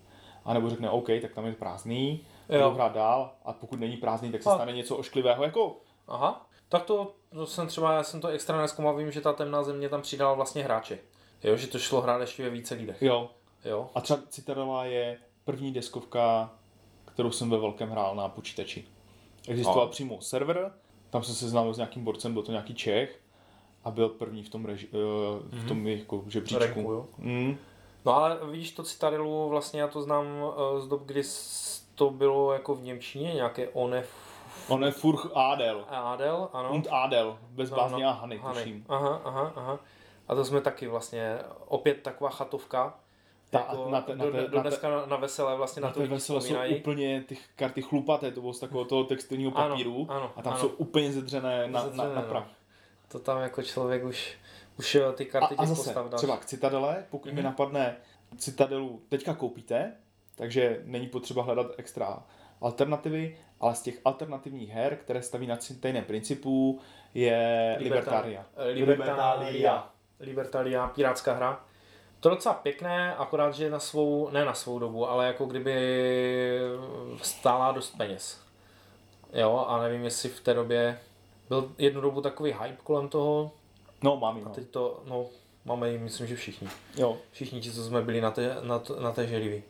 anebo řekne OK, tak tam je prázdný, Jo. budu hrát dál a pokud není prázdný, tak se A- stane něco ošklivého, jako Aha, tak to, to jsem třeba, já jsem to extra nezkoumal, vím, že ta temná země tam přidala vlastně hráče. Jo, že to šlo hrát ještě ve více lidech. jo. Jo. A třeba Citadela je první deskovka, kterou jsem ve velkém hrál na počítači. Existoval No. přímo server, tam jsem se seznámil s nějakým borcem, byl to nějaký Čech a byl první v tom, reži- eh, v tom jako žebříčku. Ranku, jo. Mm. No ale vidíš to Citadelu, vlastně já to znám eh, z dob, kdy s- to bylo jako v němčině, nějaké one On je Furch Adel. Adel, ano. Und Adel, bez No, bázně no. a Hany, tuším. Aha, aha, aha. A to jsme taky vlastně, opět taková chatovka, Ta- jako na te- na do, te- do na te- dneska na, na veselé vlastně na, Na to té lidi vesele jsou vzpomínají. úplně ty karty chlupaté, to bylo z takového toho textilního Ano, papíru ano, a tam ano. jsou úplně zedřené na, Zedřené, na, na no. prach. To tam jako člověk už, už jo, ty karty A, a těch zase, postav dáš. třeba k Citadele, pokud mm-hmm. mi napadne Citadelu teďka koupíte, takže není potřeba hledat extra alternativy, ale z těch alternativních her, které staví na stejném principu, je Libertaria. Libertalia. Libertalia, pirátská hra. To je docela pěkné, akorát, že na svou, ne na svou dobu, ale jako kdyby stála dost peněz. Jo, a nevím, jestli v té době byl jednu dobu takový hype kolem toho, No, mám ji, a no. teď to, no, máme ji, myslím, že všichni. Jo. Všichni ti, co jsme byli na té, na, t- na té žerivi.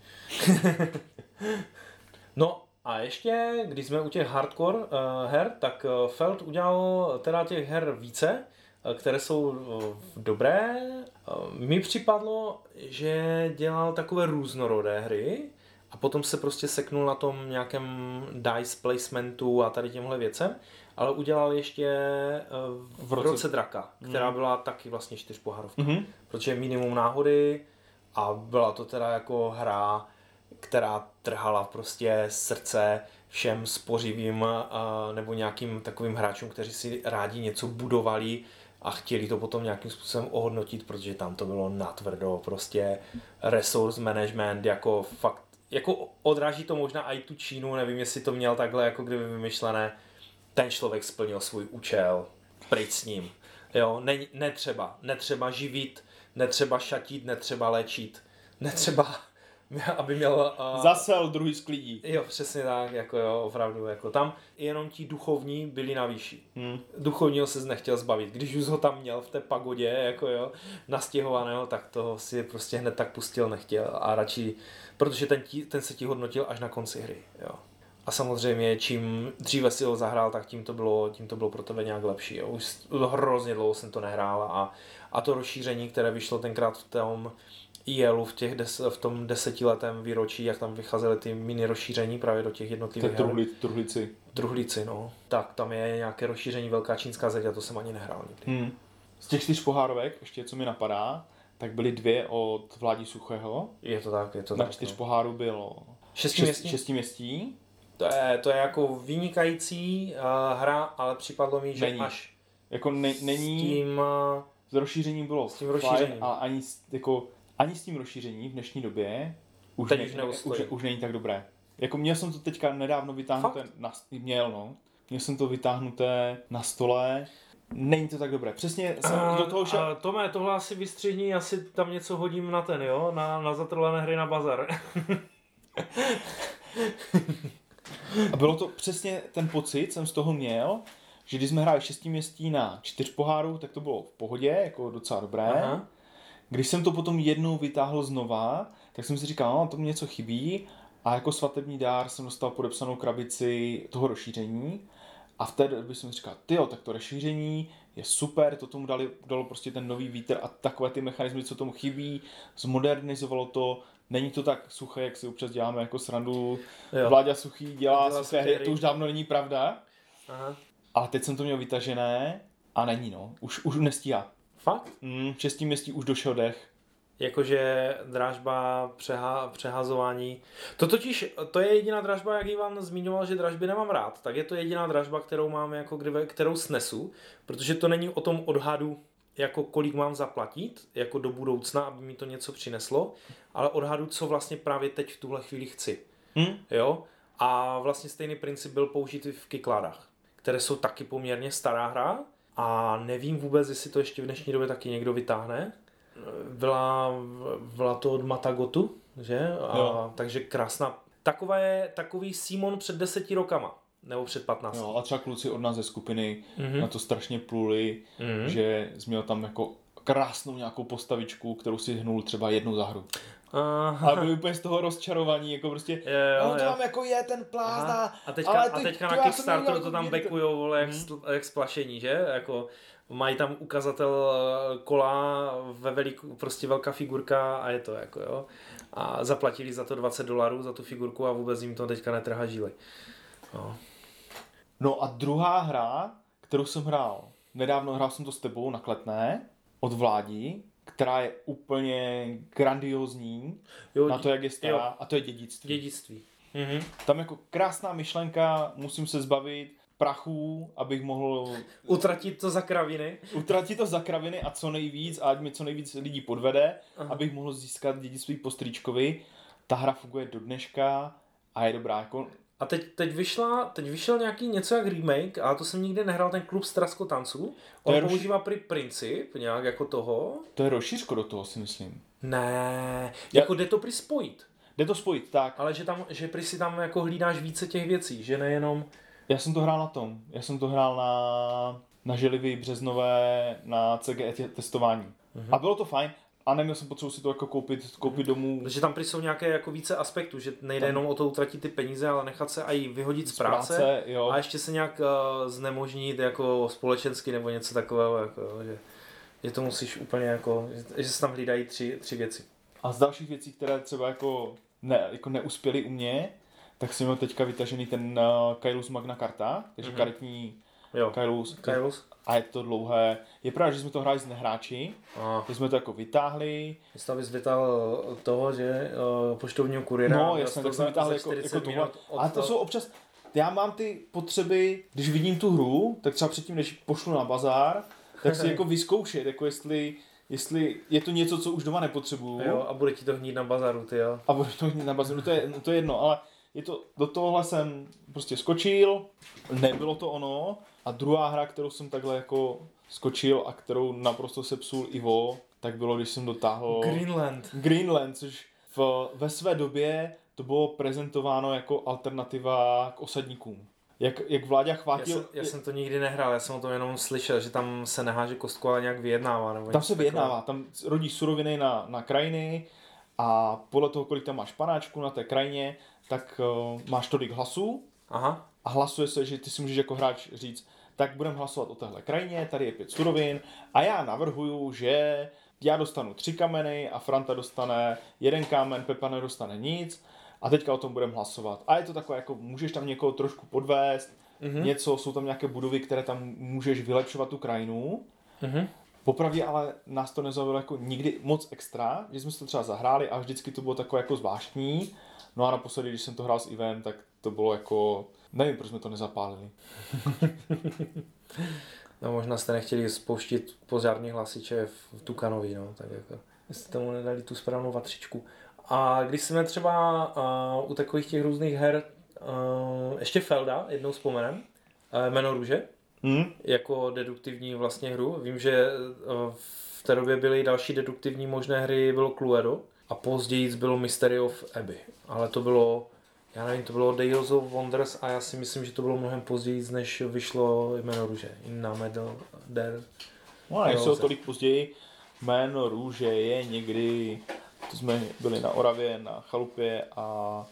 No a ještě, když jsme u těch hardcore uh, her, tak uh, Feld udělal teda těch her více, uh, které jsou uh, dobré. Uh, mi připadlo, že dělal takové různorodé hry a potom se prostě seknul na tom nějakém dice placementu a tady těmhle věcem, ale udělal ještě uh, v, V roce- roce... roce draka, která Mm. byla taky vlastně čtyřpohárovka. Mhm. Protože minimum náhody a byla to teda jako hra, která trhala prostě srdce všem spořivým a, nebo nějakým takovým hráčům, kteří si rádi něco budovali a chtěli to potom nějakým způsobem ohodnotit, protože tam to bylo natvrdo, prostě resource management, jako fakt, jako odráží to možná i tu Čínu, nevím, jestli to měl takhle jako kdyby vymyšlené, ten člověk splnil svůj účel, pryč s ním. Jo, ne, netřeba, netřeba živit, netřeba šatit, netřeba léčit, netřeba, aby měl... Uh, Zasel, druhý sklidí. Jo, přesně tak, jako jo, opravdu, jako tam jenom ti duchovní byli na výši. Hmm. Duchovního se nechtěl zbavit, když už ho tam měl v té pagodě, jako jo, nastěhovaného, tak toho si prostě hned tak pustil nechtěl a radši, protože ten, tí, ten se ti hodnotil až na konci hry, jo. A samozřejmě, čím dříve si ho zahrál, tak tím to bylo, tím to bylo pro tebe nějak lepší. Jo. Už hrozně dlouho jsem to nehrál a, a to rozšíření, které vyšlo tenkrát v tom í el u v, těch des, v tom desetiletém výročí, jak tam vycházely ty mini rozšíření právě do těch To jednotlivých je truhli, truhlici. Truhlíci, no. Tak tam je nějaké rozšíření Velká čínská zeď a to jsem ani nehrál nikdy. Hmm. Z těch čtyř pohárovek, ještě co mi napadá, tak byly dvě od Vládi Suchého. Je to tak, je to Na tak. čtyř No. pohárů bylo Šestiměstní? šestiměstí. To je, to je jako vynikající uh, hra, ale připadlo mi, že Není. až Jako ne, s není... tím... Uh, S rozšířením bylo S tím fajn, rozšířením. ale ani, s- jako, ani s tím rozšířením v dnešní době už, Teď ne, už neustojí. už, už není tak dobré. Jako měl jsem to teďka nedávno vytáhnuté, na, měl no, měl jsem to vytáhnuté na stole, není to tak dobré. Přesně jsem a, do toho šel, a Tome, tohle asi vystřihni, asi tam něco hodím na ten, jo? Na, na zatrlené hry na bazar. a bylo to přesně ten pocit, jsem z toho měl, že když jsme hráli šestiměstí na čtyř pohárů, tak to bylo v pohodě, jako docela dobré. Aha. Když jsem to potom jednou vytáhl znova, tak jsem si říkal, no, to mi něco chybí. A jako svatební dár jsem dostal podepsanou krabici toho rozšíření. A v té době jsem si říkal, tyjo, tak to rozšíření je super, to tomu dali, dalo prostě ten nový vítr a takové ty mechanismy, co tomu chybí, zmodernizovalo to. Není to tak suché, jak si občas děláme jako srandu. Jo. Vláďa Suchý dělá, Dělá suché suché hry, hry. to už dávno není pravda. Aha. Ale teď jsem to měl vytažené a není, no. Už, už nestíhá. Fakt? Mm, v šestiměstí už došel dech. Jakože drážba, přeha, přehazování. To totiž, to je jediná dražba, jak Ivan zmiňoval, že dražby nemám rád, tak je to jediná dražba, kterou mám, jako kdyby, kterou snesu, protože to není o tom odhadu, jako kolik mám zaplatit, jako do budoucna, aby mi to něco přineslo, ale odhadu, co vlastně právě teď v tuhle chvíli chci. Hm? Jo? A vlastně stejný princip byl použit v Kykladách, které jsou taky poměrně stará hra a nevím vůbec, jestli to ještě v dnešní době taky někdo vytáhne. Byla, byla to od Matagotu, že? A, takže krásná. Taková je takový Simon před deseti rokama. Nebo před patnácti. Jo, a třeba kluci od nás ze skupiny mm-hmm. na to strašně pluli, mm-hmm. že jsi měl tam jako krásnou nějakou postavičku, kterou si hnul třeba jednu za hru. Aha. A byli úplně z toho rozčarovaní, jako prostě, jo, no to tam jako je ten plázna. A teďka, ale a ty, teďka ty, na Kickstarteru to tam to... backujou, vole, jak, hmm. jak splašení, že? Jako, mají tam ukazatel kola ve veliku, prostě velká figurka a je to jako, jo. A zaplatili za to dvacet dolarů za tu figurku a vůbec jim to teďka netrhá žíly. No. No a druhá hra, kterou jsem hrál, nedávno hrál jsem to s tebou na Kletné, od Vládi, která je úplně grandiozní jo, na to, jak je stará, jo. A to je Dědictví. Dědictví. Mhm. Tam jako krásná myšlenka, musím se zbavit prachů, abych mohl... Utratit to za kraviny. Utratit to za kraviny a co nejvíc, a ať mi co nejvíc lidí podvede, aha. abych mohl získat Dědictví po strýčkovi. Ta hra funguje do dneška a je dobrá. Jako... A teď, teď, vyšla, teď vyšel nějaký něco jak remake, ale to jsem nikdy nehrál, ten klub Straskotanců. On roz... používá prý princip nějak jako toho. To je rozšířko do toho, si myslím. Ne, jako Já... jde to prý spojit. Jde to spojit, tak. Ale že, tam, že prý si tam jako hlídáš více těch věcí, že nejenom... Já jsem to hrál na tom. Já jsem to hrál na, na Želivy březnové, na C G E testování. Uh-huh. A bylo to fajn. A neměl jsem potřebu si to jako koupit, koupit domů. Takže tam prý jsou nějaké jako více aspektů, že nejde tam... jenom o to utratit ty peníze, ale nechat se i vyhodit z, z práce, práce jo. A ještě se nějak uh, znemožnit jako společensky nebo něco takového, jako, že, že to musíš úplně jako, že, že se tam hlídají tři, tři věci. A z dalších věcí, které třeba jako, ne, jako neuspěly u mě, tak jsem měl teďka vytažený ten uh, Kailus Magna Carta, takže mm-hmm. karetní Kailus. Kailus. A je to dlouhé. Je pravda, že jsme to hráli s nehráči, a. že jsme to jako vytáhli. Jsi bys vytáhl toho, že uh, poštovního kuriéra. No jasně, tak jsem vytáhl jako, jako tohle. A to jsou občas, já mám ty potřeby, když vidím tu hru, tak třeba předtím, než pošlu na bazár, tak si jako vyzkoušet, jako jestli, jestli je to něco, co už doma nepotřebuju. Jo, a bude ti to hnít na bazaru, ty jo. A bude to hnít na bazaru, to je, to je jedno, ale je to, do tohohle jsem prostě skočil, nebylo to ono. A druhá hra, kterou jsem takhle jako skočil a kterou naprosto sepsul Ivo, tak bylo, když jsem dotáhl... Greenland. Greenland, což v, ve své době to bylo prezentováno jako alternativa k osadníkům. Jak, jak Vláďa chvátil... Já jsem, já jsem to nikdy nehrál, já jsem o tom jenom slyšel, že tam se neháže kostku, ale nějak vyjednává. Nebo tam se vyjednává, tam rodí suroviny na, na krajiny a podle toho, kolik tam máš panáčku na té krajině, tak uh, máš tolik hlasů. Aha. A hlasuje se, že ty si můžeš jako hráč říct, tak budeme hlasovat o téhle krajině, tady je pět surovin a já navrhuju, že já dostanu tři kameny a Franta dostane jeden kámen, Pepa nedostane nic a teďka o tom budeme hlasovat. A je to takové, jako můžeš tam někoho trošku podvést, mm-hmm. něco, jsou tam nějaké budovy, které tam můžeš vylepšovat tu krajinu. Mm-hmm. Popravdě ale nás to nezaujalo jako nikdy moc extra, že jsme si to třeba zahráli a vždycky to bylo takové jako zvláštní. No a naposledy, když jsem to hrál s Ivem, tak to bylo jako... Nevím, proč jsme to nezapálili. No možná jste nechtěli spouštit požární hlasiče v Tukanovi, no, tak jako... Jste tomu nedali tu správnou vatřičku. A když jsme třeba uh, u takových těch různých her, uh, ještě Felda, jednou vzpomenem, uh, Jméno růže, hmm? jako deduktivní vlastně hru. Vím, že uh, v té době byly další deduktivní možné hry, bylo Cluedo a později bylo Mystery of Abbey, ale to bylo... Já nevím, to bylo Days of Wonders a já si myslím, že to bylo mnohem později, než vyšlo Jméno růže. Na Medal der. No, nejsou to tolik později. Jméno růže je někdy, to jsme byli na Oravě, na chalupě a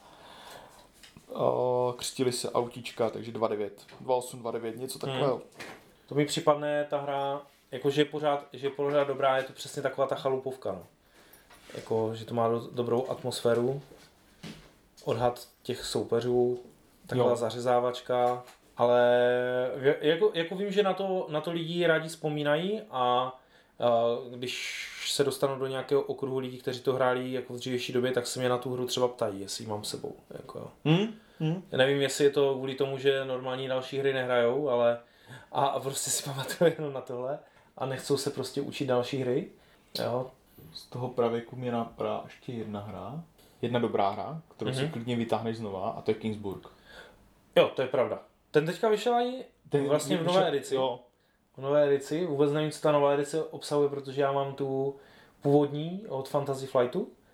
o, křtili se autíčka, takže dva devět, dva osm, dva devět, něco takového. Hmm. To mi připadne ta hra, jako že je pořád, že je pořád dobrá, je to přesně taková ta chalupovka. No. Jako, že to má do, dobrou atmosféru. Odhad těch soupeřů, taková jo. zařezávačka, ale jako, jako vím, že na to, na to lidi rádi vzpomínají a, a když se dostanu do nějakého okruhu lidí, kteří to hráli jako v dřívější době, tak se mě na tu hru třeba ptají, jestli ji mám sebou. Jako, hmm? Hmm. Já nevím, jestli je to kvůli tomu, že normální další hry nehrajou, ale a, a prostě si pamatuju jenom na tohle a nechcou se prostě učit další hry. Jo. Z toho pravěku mě napadá ještě jedna hra. Jedna dobrá hra, kterou mm-hmm. si klidně vytáhneš znova, a to je Kingsburg. Jo, to je pravda. Ten teďka vyšel i ten vlastně v nové edici. Jo. V nové edici. Vůbec nevím, co ta nová edice obsahuje, protože já mám tu původní od Fantasy Flightu.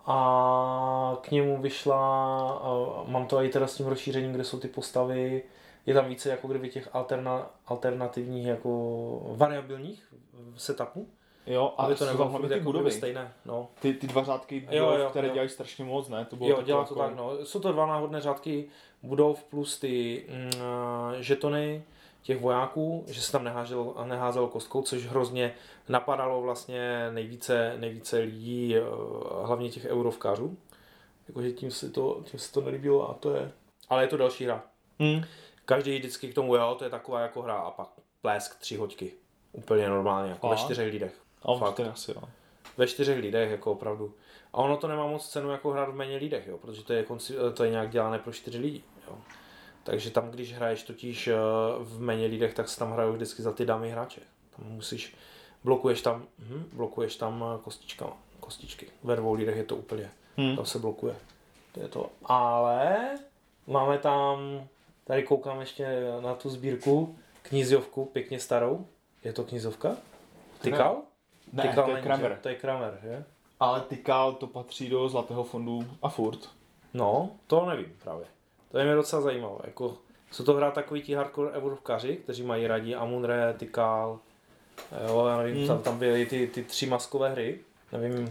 a k němu vyšla, a mám to i teda s tím rozšířením, kde jsou ty postavy, je tam více jako kdyby těch alterna, alternativních jako variabilních setupů. Jo, a to jsou tam hlavně ty jako budovy. Stejné, no. Ty, ty dva řádky budov, jo, jo, které jo. dělají strašně moc, ne? To bylo jo, dělá jako... to tak, no. Jsou to dva náhodné řádky budov plus ty mm, žetony těch vojáků, že se tam neházel, neházelo kostkou, což hrozně napadalo vlastně nejvíce, nejvíce lidí, hlavně těch eurovkářů. Jakože tím se to, tím se to nelíbilo a to je... Ale je to další hra. Hmm. Každý vždycky k tomu, jo, to je taková jako hra a pak plesk tři hoďky. Úplně normálně, jako a? ve čtyřech lidech. A Fakt. Asi, jo. Ve čtyřech lidech, jako opravdu. A ono to nemá moc cenu jako hrát v méně lidech, jo, protože to je, to je nějak dělané pro čtyři lidi. Jo. Takže tam, když hraješ totiž v méně lidech, tak se tam hrajou vždycky za ty dámy hráče. Tam musíš, blokuješ tam, hm, blokuješ tam kostičkama, kostičky. Ve dvou lidech je to úplně, hmm. tam se blokuje. To je to. Ale máme tam, tady koukám ještě na tu sbírku, knízovku, pěkně starou. Je to knízovka? Tykal? Ne, Tykal to je Kramer. To je Kramer, že? Ale Tykal to patří do Zlatého fondu a furt. No, to nevím právě. To je mě docela zajímavé. Jako, jsou to hrát takový ti hardcore evrovkaři, kteří mají radí Amun-Re, Tykal, jo, já nevím, hmm. tam, tam byly ty, ty tři maskové hry, nevím,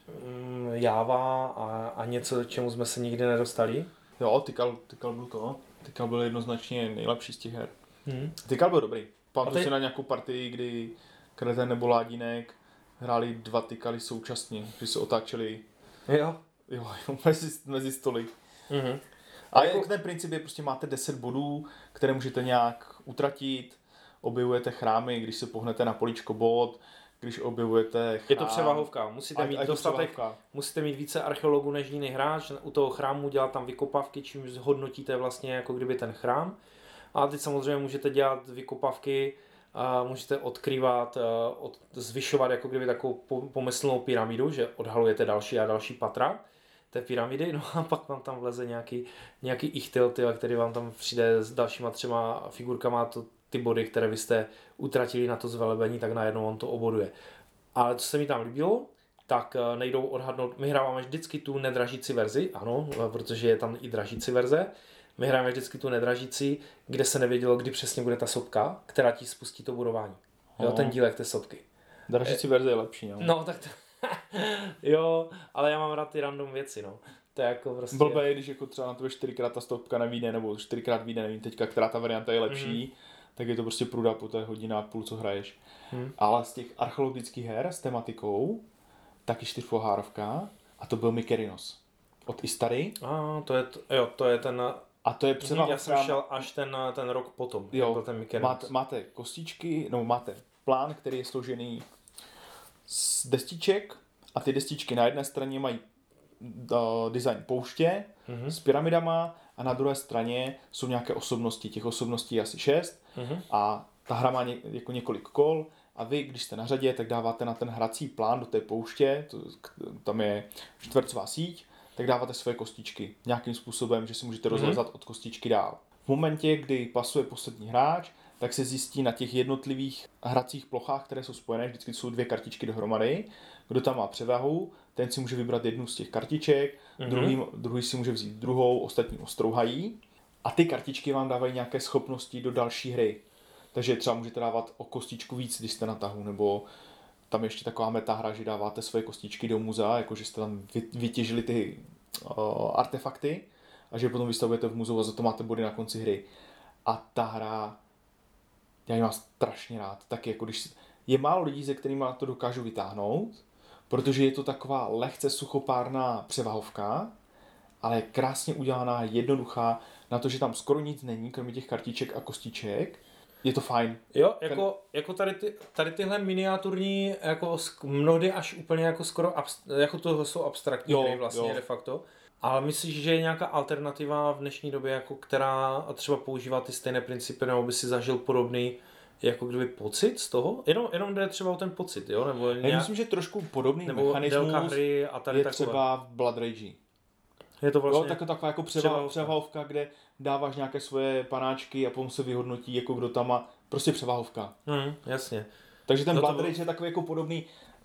Java a, a něco, čemu jsme se nikdy nedostali. Jo, Tykal, Tykal byl to, Tykal byl jednoznačně nejlepší z těch her. Hmm. Tykal byl dobrý. Pamatuji ty... si na nějakou partii, kdy Kreten nebo Ládínek hráli dva Tykaly současně, když se otáčeli jo. Jo, mezi, mezi stoly. Mm-hmm. A jako ten princip je, prostě máte deset bodů, které můžete nějak utratit, objevujete chrámy, když se pohnete na políčko bod, když objevujete chrám. Je to převahovka, musíte a, mít a dostatek, převahovka. musíte mít více archeologů než jiný hráč, u toho chrámu dělat tam vykopavky, čím zhodnotíte vlastně jako kdyby ten chrám. A teď samozřejmě můžete dělat vykopavky, a můžete odkrývat, od, zvyšovat jako kdyby takovou pomyslnou pyramidu, že odhalujete další a další patra té pyramidy, no a pak vám tam vleze nějaký, nějaký ichtyl, tyhle, který vám tam přijde s dalšíma třema figurkama, to, ty body, které vy jste utratili na to zvelebení, tak najednou on to oboduje. Ale co se mi tam líbilo, tak nejdou odhadnout, my hráváme vždycky tu nedražící verzi, ano, protože je tam i dražící verze. My hrajeme vždycky tu nedražící, kde se nevědělo, kdy přesně bude ta sopka, která ti spustí to budování. Jo, ten dílek té sopky. Dražící verze je lepší, jo. No, tak to... jo, ale já mám rád ty random věci, no. To je jako prostě... Blbé, když jako třeba na tebe čtyřikrát ta stopka nevíde, nebo čtyřikrát vyjde, nevím teďka, která ta varianta je lepší, mm-hmm. tak je to prostě průda po té hodina a půl, co hraješ. Mm. Ale z těch archeologických her s tematikou, taky čtyřpohárovka, a to byl Mykerinos. Od Istary. A to je, t- jo, to je ten... A to je převahovka. Já jsem šel až ten, ten rok potom, jo, byl ten Mykerinos. Máte, máte kostičky, no máte plán, který je složený z destiček a ty destičky na jedné straně mají uh, design pouště mm-hmm. s pyramidama a na druhé straně jsou nějaké osobnosti. Těch osobností je asi šest mm-hmm. a ta hra má ně, jako několik kol a vy, když jste na řadě, tak dáváte na ten hrací plán do té pouště, to, tam je čtvercová síť, tak dáváte svoje kostičky nějakým způsobem, že si můžete rozlezat mm-hmm. od kostičky dál. V momentě, kdy pasuje poslední hráč, tak se zjistí na těch jednotlivých hracích plochách, které jsou spojené, vždycky jsou dvě kartičky dohromady, kdo tam má převahu, ten si může vybrat jednu z těch kartiček, mm-hmm. druhý, druhý si může vzít druhou, ostatní ostrouhají a ty kartičky vám dávají nějaké schopnosti do další hry. Takže třeba můžete dávat o kostičku víc, když jste na tahu, nebo tam ještě taková metahra, že dáváte svoje kostičky do muzea, jakože jste tam vytěžili ty uh, artefakty a že potom vystavujete v muzeu a za to máte body na konci hry. A ta hra, já ji mám strašně rád, taky jako když je málo lidí, se kterými to dokážu vytáhnout, protože je to taková lehce suchopárná převahovka, ale je krásně udělaná, jednoduchá, na to, že tam skoro nic není, kromě těch kartiček a kostiček. Je to fajn. Jo, jako, Ten... jako tady, ty, tady tyhle miniaturní, jako mnohdy až úplně jako skoro, abst, jako to jsou abstraktní jo, hry vlastně jo. de facto. Ale myslíš, že je nějaká alternativa v dnešní době, jako která třeba používá ty stejné principy, nebo by si zažil podobný jako kdyby pocit z toho? Jenom, jenom jde třeba o ten pocit, jo? Nebo nějak... Já myslím, že trošku podobný nebo mechanismus hry a tady je takové. třeba v Blood Rage. Je to vlastně... Jo, tak, taková jako převahovka. převahovka, kde dáváš nějaké svoje panáčky a potom se vyhodnotí, jako kdo tam má. Prostě převahovka. Hmm, jasně. Takže ten no Blood to... Rage je takový jako podobný.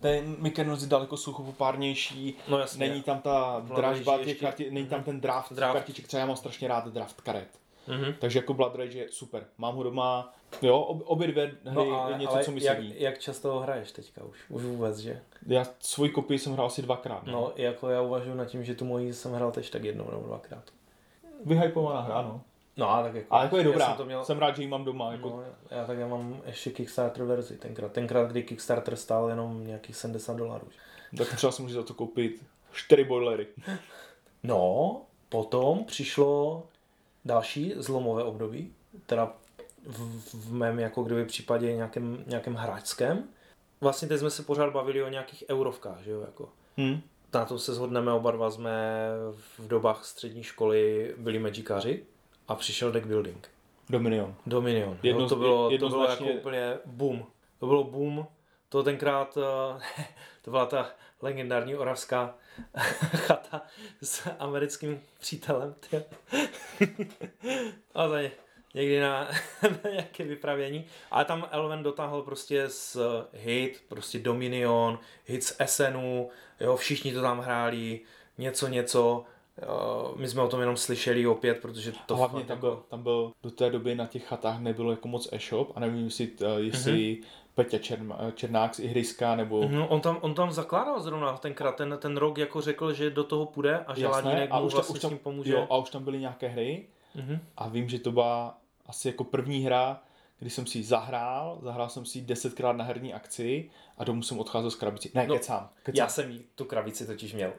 ten Mykonos je daleko suchopárnější, no jasně. Není tam ta dražba těch ještě... karti, není tam ten draft, draft. kartiček, třeba já mám strašně rád draft karet. Mm-hmm. Takže jako Blood Rage je super. Mám ho doma, jo, ob, obě dvě hry no, ale, je něco, ale co mi jak, sedí. jak často ho hraješ teďka už? Už vůbec, že? Já svoji kopii jsem hrál asi dvakrát. No, no jako já uvažuji nad tím, že tu moji jsem hrál tež tak jednou nebo dvakrát. Vyhypovaná hra, no. No a tak jako... Ale jako je dobrá, jsem, to měl... jsem rád, že ji mám doma. Jako... No, já tak já mám ještě Kickstarter verzi tenkrát. Tenkrát, kdy Kickstarter stál jenom nějakých sedmdesát dolarů. Tak třeba si můžeš za to koupit čtyři boilery. No, potom přišlo další zlomové období, teda v, v mém jako kdyby případě nějakém, nějakém hráčském. Vlastně teď jsme se pořád bavili o nějakých eurovkách, že jo, jako. Hmm. Na tom se shodneme, oba dva jsme v dobách střední školy byli magikáři a přišel deck building. Dominion. Dominion. Jedno, jo, to bylo, jedno to bylo jako úplně boom. To bylo boom. To tenkrát, to byla ta legendární oravská chata s americkým přítelem. A za ně. Někdy na, na nějaké vypravění. Ale tam Elven dotáhl prostě z hit, prostě Dominion, hit z S N U, jo, všichni to tam hráli, něco, něco. Jo, my jsme o tom jenom slyšeli opět, protože to hlavně tam, jako... byl, tam byl, do té doby na těch chatách nebylo jako moc e-shop a nevím, jestli, jestli mm-hmm. Peťa Čern, Černák z Ihriska, nebo... No, on, tam, on tam zakládal zrovna tenkrát, ten, ten rok jako řekl, že do toho půjde a že Ladínek mu vlastně s tím pomůže. Jo, a už tam byly nějaké hry mm-hmm. a vím, že to byla asi jako první hra, kdy jsem si ji zahrál, zahrál jsem si ji desetkrát na herní akci a domů jsem odcházel z krabici. Ne, no, kecám, kecám. Já jsem jí tu krabici totiž měl.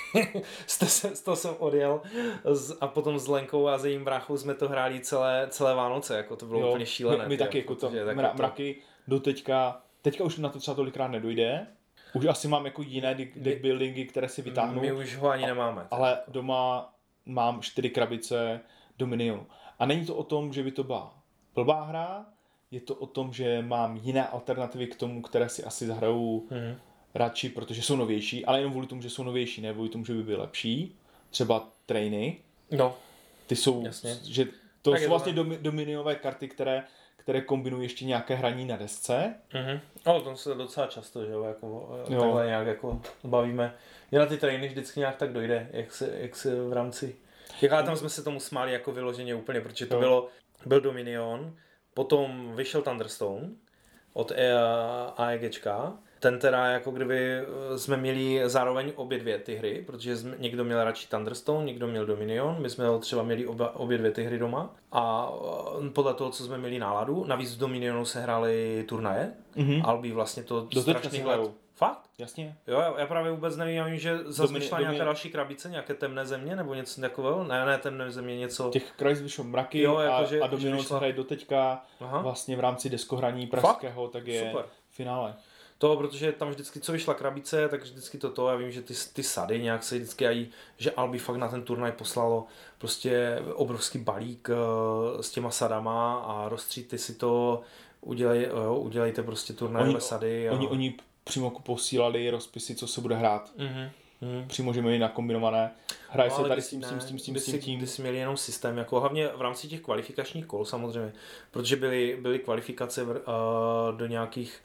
z toho jsem odjel z, a potom s Lenkou a s jejím bráchou jsme to hráli celé, celé Vánoce, jako to bylo jo, úplně šílené. My, my taky, jako to, mra, mraky do teďka, teďka už na to třeba tolikrát nedojde. Už asi mám jako jiné deck buildingy, které si vytáhnu. My už ho ani nemáme. Ale tak. Doma mám čtyři krabice Dominionu. A není to o tom, že by to byla blbá hra, je to o tom, že mám jiné alternativy k tomu, které si asi zahraju hmm. radši, protože jsou novější, ale jenom kvůli tomu, že jsou novější, ne kvůli tomu, že by byly lepší. Třeba trainy. No. Ty jsou, jasně. Že to tak jsou vlastně domi, dominiové karty, které, které kombinují ještě nějaké hraní na desce. Mm-hmm. Ale to se docela často, že jo, jako, jo. Takhle nějak jako bavíme. Já na ty trainy vždycky nějak tak dojde, jak se, jak se v rámci... Jak tam jsme se tomu smáli jako vyloženě úplně, protože to jo. bylo, byl Dominion, potom vyšel Thunderstone od AEGčka. Ten teda jako kdyby jsme měli zároveň obě dvě ty hry, protože jsme, někdo měl radši Thunderstone, někdo měl Dominion, my jsme třeba měli oba, obě dvě ty hry doma a podle toho, co jsme měli náladu, navíc v Dominionu se hrály turnaje, mm-hmm. Albi vlastně to do strašných let. Fakt? Jasně. Jo, já právě vůbec nevím, já vím, že zase vyšla nějaká další krabice, nějaké temné země nebo něco takového, ne, ne temné země, něco... Těch krajic vyšlo mraky jo, jako, a, že, a Dominion se hraje doteďka. Aha. Vlastně v rámci deskohraní pražského, Fakt? Tak je Super. Finále. To, protože tam vždycky, co vyšla krabice, tak vždycky toto, já vím, že ty, ty sady nějak se vždycky aj, že Albi fakt na ten turnaj poslalo prostě obrovský balík uh, s těma sadama a rozstříte si to, udělej, jo, udělejte prostě turnajové sady. A... Oni, oni přímo posílali rozpisy, co se bude hrát. Mm-hmm. Přímo, že měli nakombinované. Hraje no, se tady s tím, s tím, s tím, s tím, s tím, tím. Ty jsi měli jenom systém, jako hlavně v rámci těch kvalifikačních kol samozřejmě, protože byly, byly kvalifikace uh, do nějakých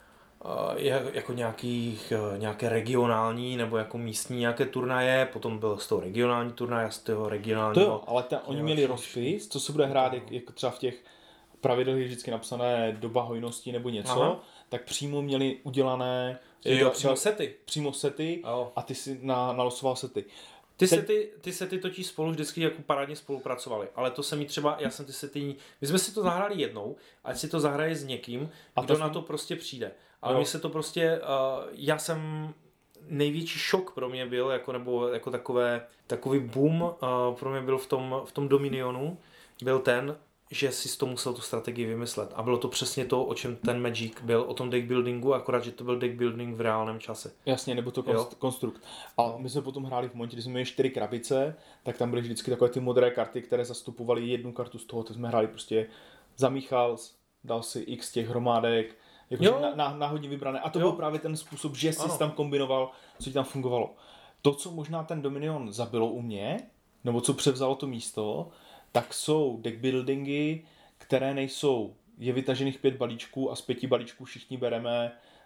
jako nějakých, nějaké regionální nebo jako místní nějaké turnaje, potom byl z toho regionální turnaj a z toho regionálního... To jo, ale ta, oni měli rozpis, co se bude hrát, jak, jako třeba v těch pravidlech je vždycky napsané doba hojnosti nebo něco, Aha. tak přímo měli udělané... Jo, přímo sety. Přímo sety oh. a ty si na, nalosoval sety. Ty sety, ty sety totiž spolu vždycky jako parádně spolupracovali, ale to se mi třeba, já jsem ty sety, my jsme si to zahráli jednou, ať si to zahraje s někým, a kdo to na to prostě přijde. Ale mi se to prostě, uh, já jsem, největší šok pro mě byl, jako, nebo jako takové, takový boom uh, pro mě byl v tom, v tom Dominionu, byl ten, že si to musel tu strategii vymyslet. A bylo to přesně to, o čem ten Magic byl, o tom deck buildingu, akorát, že to byl deck building v reálném čase. Jasně, nebo to konst- konstrukt. A my jsme potom hráli v momentě, kdy jsme měli čtyři krabice, tak tam byly vždycky takové ty modré karty, které zastupovaly jednu kartu z toho, tak jsme hráli prostě zamíchal, dal si x těch hromádek, jakože na, na, náhodně vybrané. A to jo. byl právě ten způsob, že jsi tam kombinoval, co ti tam fungovalo. To, co možná ten Dominion zabilo u mě, nebo co převzalo to místo, tak jsou deck buildingy, které nejsou, je vytažených pět balíčků a z pěti balíčků všichni bereme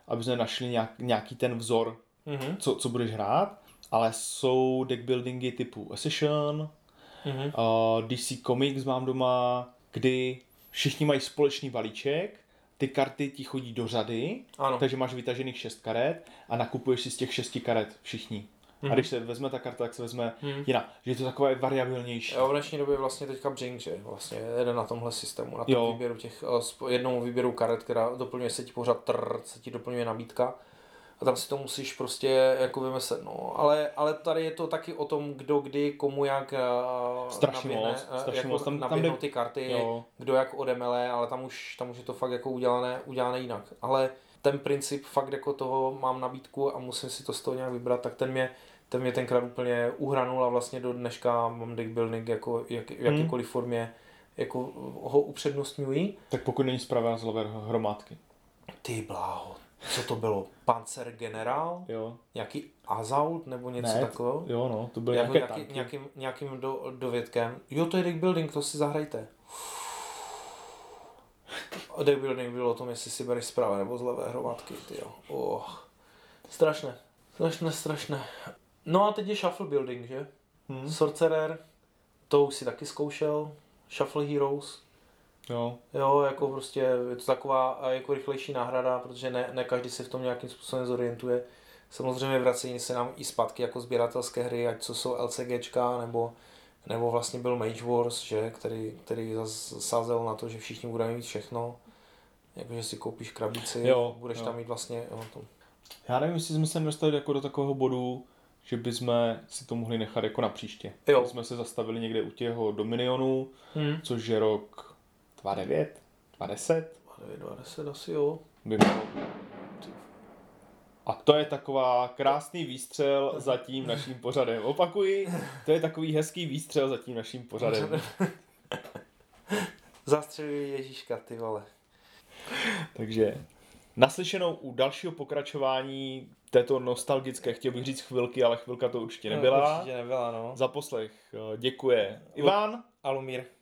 aby jsme našli nějak, nějaký ten vzor, mm-hmm. co, co budeš hrát, ale jsou deck buildingy typu Accession, mm-hmm. uh, D C Comics mám doma, kdy všichni mají společný balíček, ty karty ti chodí do řady, ano. takže máš vytažených šest karet a nakupuješ si z těch šesti karet všichni. Mm-hmm. A když se vezme ta karta, tak se vezme mm-hmm. jiná. Že je to takové variabilnější. Jo, v dnešní době vlastně teďka Brink, že vlastně jede na tomhle systému, na tom jo. výběru těch, jednou výběru karet, která doplňuje se ti pořád trrr, se ti doplňuje nabídka. A tam si to musíš prostě jako vymyslet, no. Ale, ale tady je to taky o tom, kdo kdy, komu jak strašně naběhne, moc, strašně jako moc. Tam, naběhnou tam ty karty, jo. kdo jak odemele, ale tam už, tam už je to fakt jako udělané, udělané jinak. Ale ten princip fakt jako toho mám nabídku a musím si to z toho nějak vybrat, tak ten mě, ten mě tenkrát úplně uhranul a vlastně do dneška mám deck building jako jak, v jakékoliv hmm. formě jako ho upřednostňuji. Tak pokud není spravená z levé hromádky. Ty bláho. Co to bylo? Panzer Generál? Jo. Nějaký Azault nebo něco ne, takového? Jo, no, to byl jako nějaké nějaký, nějakým, nějakým do, dovědkem. Jo, to je deck building, to si zahrajte. Deck building bylo o tom, jestli si bereš z pravé nebo z levé hromádky, tyjo. Oh. Strašné. Strašné, strašné. No a teď je Shuffle building, že? Hmm. Sorcerer, to už si taky zkoušel. Shuffle Heroes. Jo. Jo, jako prostě je to taková jako rychlejší náhrada, protože ne, ne každý se v tom nějakým způsobem zorientuje. Samozřejmě vracejí se nám i zpátky jako sběratelské hry, ať co jsou LCGčka, nebo, nebo vlastně byl Mage Wars, že, který, který zase sázel na to, že všichni budeme mít všechno. Jakože si koupíš krabici, jo, budeš jo. tam mít vlastně... Jo, to. Já nevím, jestli jsme se dostali jako do takového bodu, že bychom si to mohli nechat jako na příště. Jo. My jsme se zastavili někde u těho Dominionů, hmm. což je rok dva devět, dva deset. dva devět, dva deset asi jo. By mělo. A to je taková krásný výstřel za tím naším pořadem. Opakuji, to je takový hezký výstřel za tím naším pořadem. Zastřeluji Ježíška, ty vole. Takže naslyšenou u dalšího pokračování této nostalgické, chtěl bych říct chvilky, ale chvilka to určitě nebyla. No, určitě nebyla, no. Za poslech děkuje Ivan a Lumír.